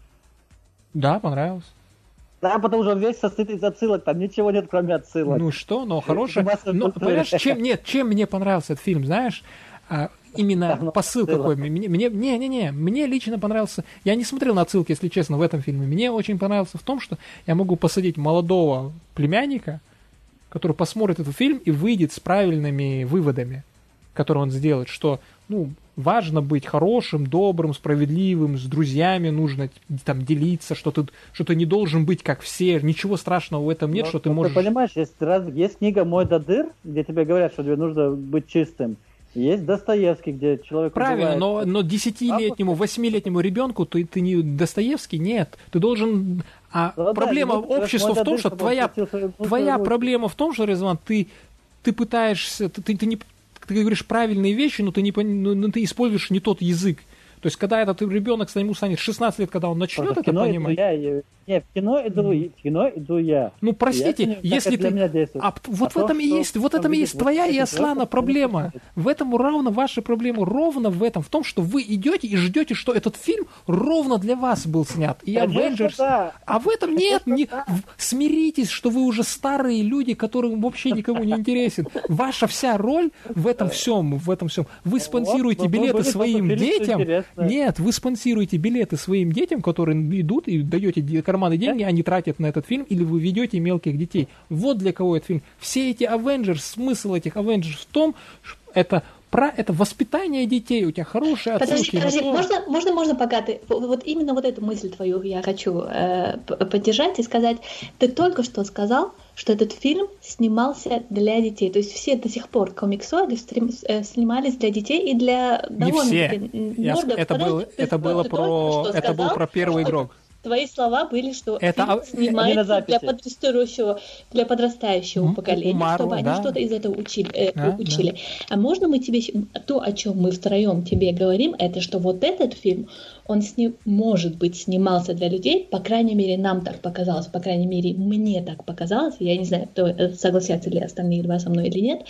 Да, понравилось. Да, потому что он весь состоит из отсылок, там ничего нет, кроме отсылок. Ну что, но хорошее. массовая Но, культура. понимаешь, чем, нет, чем мне понравился этот фильм, знаешь? А, именно Там посыл отсылок. какой. Мне, мне, не, не, не, мне лично понравился. Я не смотрел на отсылки, если честно, в этом фильме. Мне очень понравился в том, что я могу посадить молодого племянника, который посмотрит этот фильм и выйдет с правильными выводами, которые он сделает, что, ну, важно быть хорошим, добрым, справедливым, с друзьями нужно там делиться, что ты, что ты не должен быть как все, ничего страшного в этом нет, Но- что ты но можешь... Ты понимаешь, есть, раз, есть книга «Мой додыр», где тебе говорят, что тебе нужно быть чистым. Есть Достоевский, где человек Правильно, убивает. но, но десятилетнему, восьмилетнему ребенку ты, ты не Достоевский, нет. Ты должен... А Ну да, проблема ему как общества раз в том, «Мой что додыр», чтобы он твоя, платил свою взрослую твоя роль. проблема в том, что, Резван, ты, ты пытаешься, ты, ты, ты не... Ты говоришь правильные вещи, но ты, не, пон- но, но ты используешь не тот язык. То есть, когда этот ребенок ему станет шестнадцать лет, когда он начнет Просто в это кино понимать... иду я, и- не, в кино иду, в кино иду я. Ну, простите, Я понимаю, как если это для ты... меня действует. А п- вот А в то, этом и что есть, вот там этом и видит есть вот твоя и этих Аслана взрослых, проблема. это В этом равно ваша проблема ровно в этом, в том, что вы идете и ждете, что этот фильм ровно для вас был снят. И Конечно, Avengers... да. А в этом нет, не... в- смиритесь, что вы уже старые люди, которым вообще никому не интересен. Ваша вся роль в этом всем, в этом всем. Вы спонсируете вот, мы билеты были своим посмотрели, что детям. интересное. Нет, вы спонсируете билеты своим детям, которые идут и даете де- карманы деньги, они тратят на этот фильм, или вы ведете мелких детей. Вот для кого этот фильм. Все эти Avengers, смысл этих Avengers в том, что это про это воспитание детей, у тебя хорошие Подожди, отсылки. на подожди, то- можно, можно, можно, пока ты... Вот вот именно вот эту мысль твою я хочу э, п- поддержать и сказать. Ты только что сказал, что этот фильм снимался для детей. То есть все до сих пор комиксоиды стрим- э, снимались для детей и для Не довольно-таки все. Я ск- нердов. это Подожди, было, ты- это ты было только про, что это был сказал, про первый что игрок. Твои слова были, что Это, а, фильм не на снимается записи. для подрастающего, для подрастающего М, у поколения, Марвел, чтобы они да. что-то из этого учили. э, Да, учили. А можно мы тебе щ- то, о чем мы втроем тебе говорим, это что вот этот фильм, он сни- может быть снимался для людей, по крайней мере нам так показалось, по крайней мере мне так показалось. Я не знаю, кто, э, согласятся ли остальные два со мной или нет,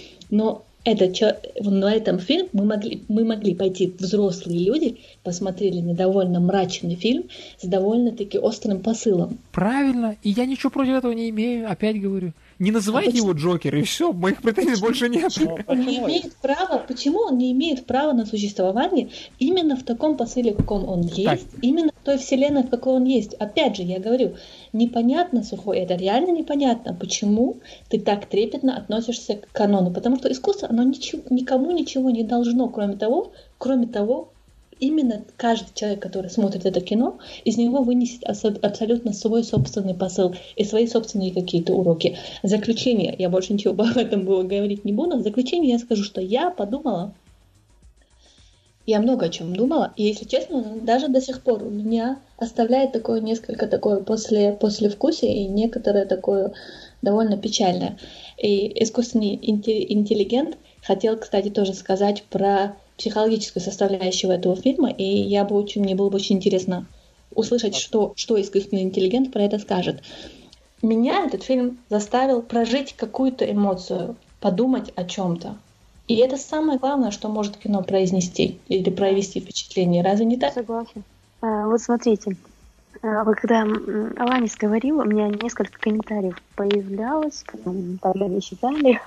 но это, чё- на этом фильм мы могли, мы могли пойти, взрослые люди, посмотрели на довольно мрачный фильм с довольно-таки острым посылом. Правильно, и я ничего против этого не имею, опять говорю. Не называйте почему? его Джокер, и все, моих претензий больше нет. Ну, Он не почему? имеет права, почему он не имеет права на существование именно в таком посыле, в каком он есть, Так. именно в той вселенной, в какой он есть. Опять же, я говорю, непонятно, Сухой, это реально непонятно, почему ты так трепетно относишься к канону, потому что искусство, оно ничего, никому ничего не должно, кроме того, кроме того, именно каждый человек, который смотрит это кино, из него вынесет осо- абсолютно свой собственный посыл и свои собственные какие-то уроки. Заключение, я больше ничего об этом говорить не буду, в заключение я скажу, что я подумала, я много о чем думала, и, если честно, даже до сих пор у меня оставляет такое несколько такое после, послевкусие и некоторое такое довольно печальное. И искусственный инте- интеллигент хотел, кстати, тоже сказать про психологическую составляющую этого фильма, и я бы очень, мне было бы очень интересно услышать, что, что искусственный интеллигент про это скажет. Меня этот фильм заставил прожить какую-то эмоцию, подумать о чем-то. И это самое главное, что может кино произнести или провести впечатление. Разве не так? Согласен. А, вот смотрите, а, вот когда м, Аланис говорила, у меня несколько комментариев появлялось, м, так они считали.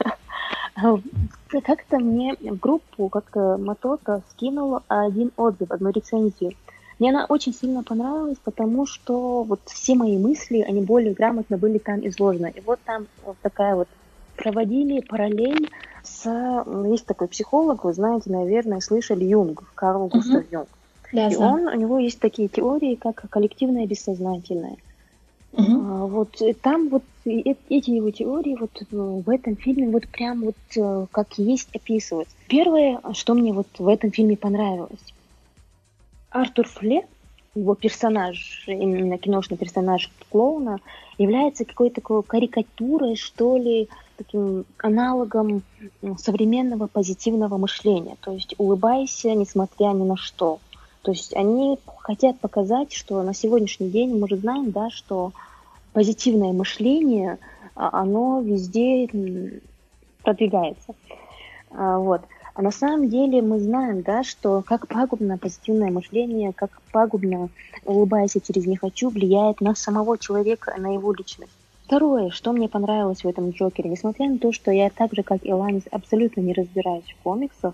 Как-то мне в группу, как-то Мотока скинул один отзыв, одну рецензию. Мне она очень сильно понравилась, потому что вот все мои мысли, они более грамотно были там изложены. И вот там вот такая вот проводили параллель с... Есть такой психолог, вы знаете, наверное, слышали, Юнг, Карл uh-huh. Густав Юнг. Да, и знаю. он, у него есть такие теории, как коллективное бессознательное. Uh-huh. А, вот там вот эти его теории вот в этом фильме вот прям вот как есть описываются. Первое, что мне вот в этом фильме понравилось. Артур Флек, его персонаж, именно киношный персонаж клоуна, является какой-то такой карикатурой, что ли, таким аналогом современного позитивного мышления. То есть улыбайся, несмотря ни на что. То есть они хотят показать, что на сегодняшний день мы же знаем, да, что позитивное мышление, оно везде продвигается. Вот. А на самом деле мы знаем, да, что как пагубно позитивное мышление, как пагубно улыбайся через «не хочу» влияет на самого человека, на его личность. Второе, что мне понравилось в этом Джокере, несмотря на то, что я так же, как и Ланис, абсолютно не разбираюсь в комиксах,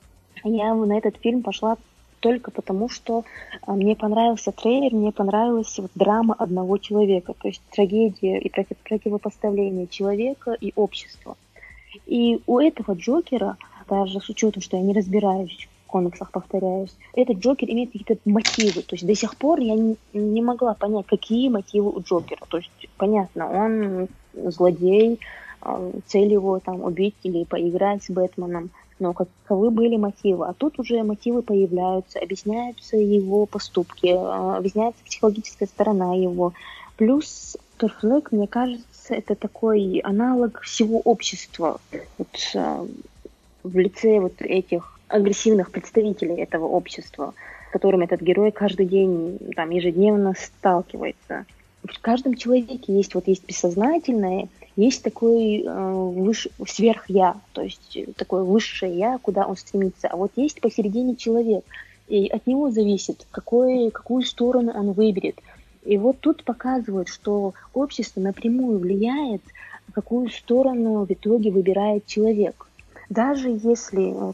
я на этот фильм пошла только потому, что мне понравился трейлер, мне понравилась вот драма одного человека, то есть трагедия и противопоставление человека и общества. И у этого Джокера, даже с учетом, что я не разбираюсь в комиксах, повторяюсь, этот Джокер имеет какие-то мотивы. То есть до сих пор я не, не могла понять, какие мотивы у Джокера. То есть, понятно, он злодей, цель его там убить или поиграть с Бэтменом. Но каковы были мотивы? А тут уже мотивы появляются, объясняются его поступки, объясняется психологическая сторона его. Плюс Торфлек, мне кажется, это такой аналог всего общества. Вот, в лице вот этих агрессивных представителей этого общества, с которым этот герой каждый день, там, ежедневно сталкивается. В каждом человеке есть вот есть бессознательное, есть такой э, выш... сверх-я, то есть такое высшее я, куда он стремится. А вот есть посередине человек, и от него зависит, какой, какую сторону он выберет. И вот тут показывают, что общество напрямую влияет, в какую сторону в итоге выбирает человек. Даже если, вот,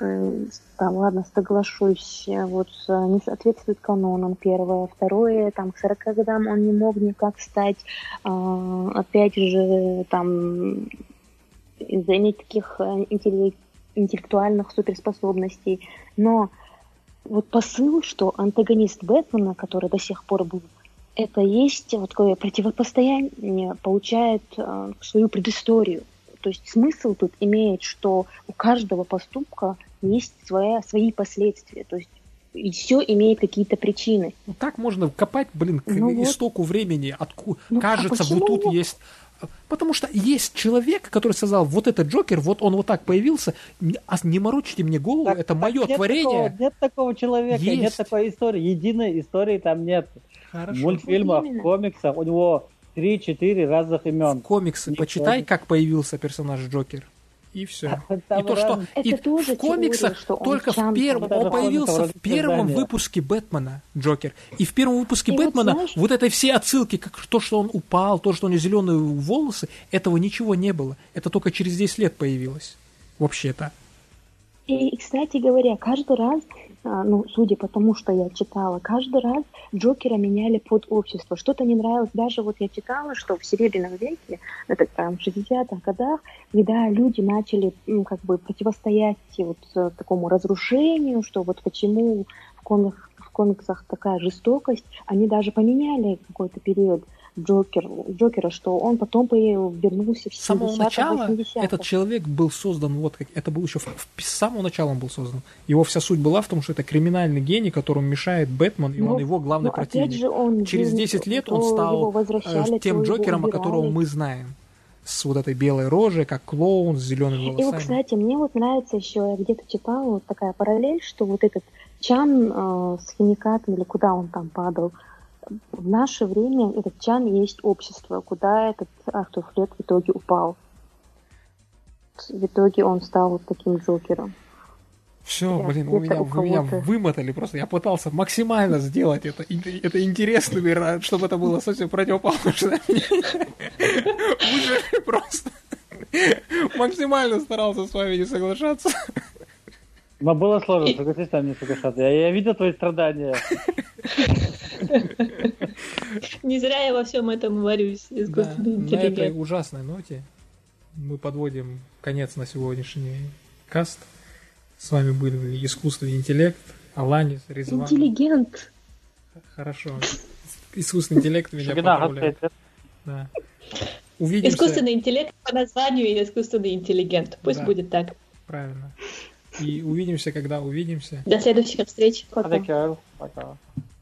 там, ладно, соглашусь, вот, не соответствует канонам, первое. Второе, там, к сорока годам он не мог никак стать, а, опять же, там, из-за иметь таких интеллектуальных суперспособностей. Но вот посыл, что антагонист Бэтмена, который до сих пор был, это есть вот такое противопостояние, получает а, свою предысторию. То есть смысл тут имеет, что у каждого поступка есть своя, свои последствия. То есть и все имеет какие-то причины. Ну, так можно копать, блин, к ну истоку вот. Времени. Откуда ну, кажется, а вот тут есть... Потому что есть человек, который сказал, вот этот Джокер, вот он вот так появился, а не морочите мне голову, так, это мое творение. Такого, нет такого человека, есть. Нет такой истории. Единой истории там нет. Хорошо. В мультфильмах, в комиксах у него три-четыре разных имен. В комиксы Никто. Почитай, как появился персонаж Джокер. И все. А, и то, что и в комиксах теория, что только в первом он появился в первом выпуске Бэтмена Джокер. И в первом выпуске и Бэтмена вот, знаешь, вот этой все отсылки, как то, что он упал, то, что у него зеленые волосы, этого ничего не было. Это только через десять лет появилось. Вообще-то. И, кстати говоря, каждый раз, ну, судя по тому, что я читала, каждый раз Джокера меняли под общество. Что-то не нравилось. Даже вот я читала, что в Серебряном веке, это там в шестидесятых годах, когда люди начали, ну, как бы противостоять вот такому разрушению, что вот почему в комиксах, в комиксах такая жестокость, они даже поменяли какой-то период Джокер, Джокера, что он потом вернулся в с самого начала этот человек был создан, вот как это был еще в, в, с самого начала он был создан. Его вся суть была в том, что это криминальный гений, которому мешает Бэтмен, и ну, он его главный противник. Он Через десять лет он стал тем Джокером, о котором мы знаем. С вот этой белой рожей, как клоун, с зелеными волосами. И вот, кстати, мне вот нравится еще, я где-то читала вот такая параллель, что вот этот Чан э, с химикатом, или куда он там падал, в наше время этот Чан есть общество, куда этот Артур Флек в итоге упал. В итоге он стал вот таким Джокером. Все, я, блин, у меня, у вы меня вымотали просто. Я пытался максимально сделать это, это интересным, чтобы это было совсем противоположно. Вы просто максимально старался с вами не соглашаться. Но было сложно, согласись, там не соглашаться. Я, я видел твои страдания. Не зря я во всем этом варюсь, искусственный Да, на этой интеллигент. ужасной ноте мы подводим конец на сегодняшний каст. С вами были искусственный интеллект, Аланис, Резван. Интеллигент. Хорошо. Искусственный интеллект меня Шагина, поправляет. ответь. Да. Увидимся. Искусственный интеллект по названию и искусственный интеллигент. Пусть Да. будет так. Правильно. И увидимся, когда увидимся. До следующих встреч. Пока. Hadi gel. Пока.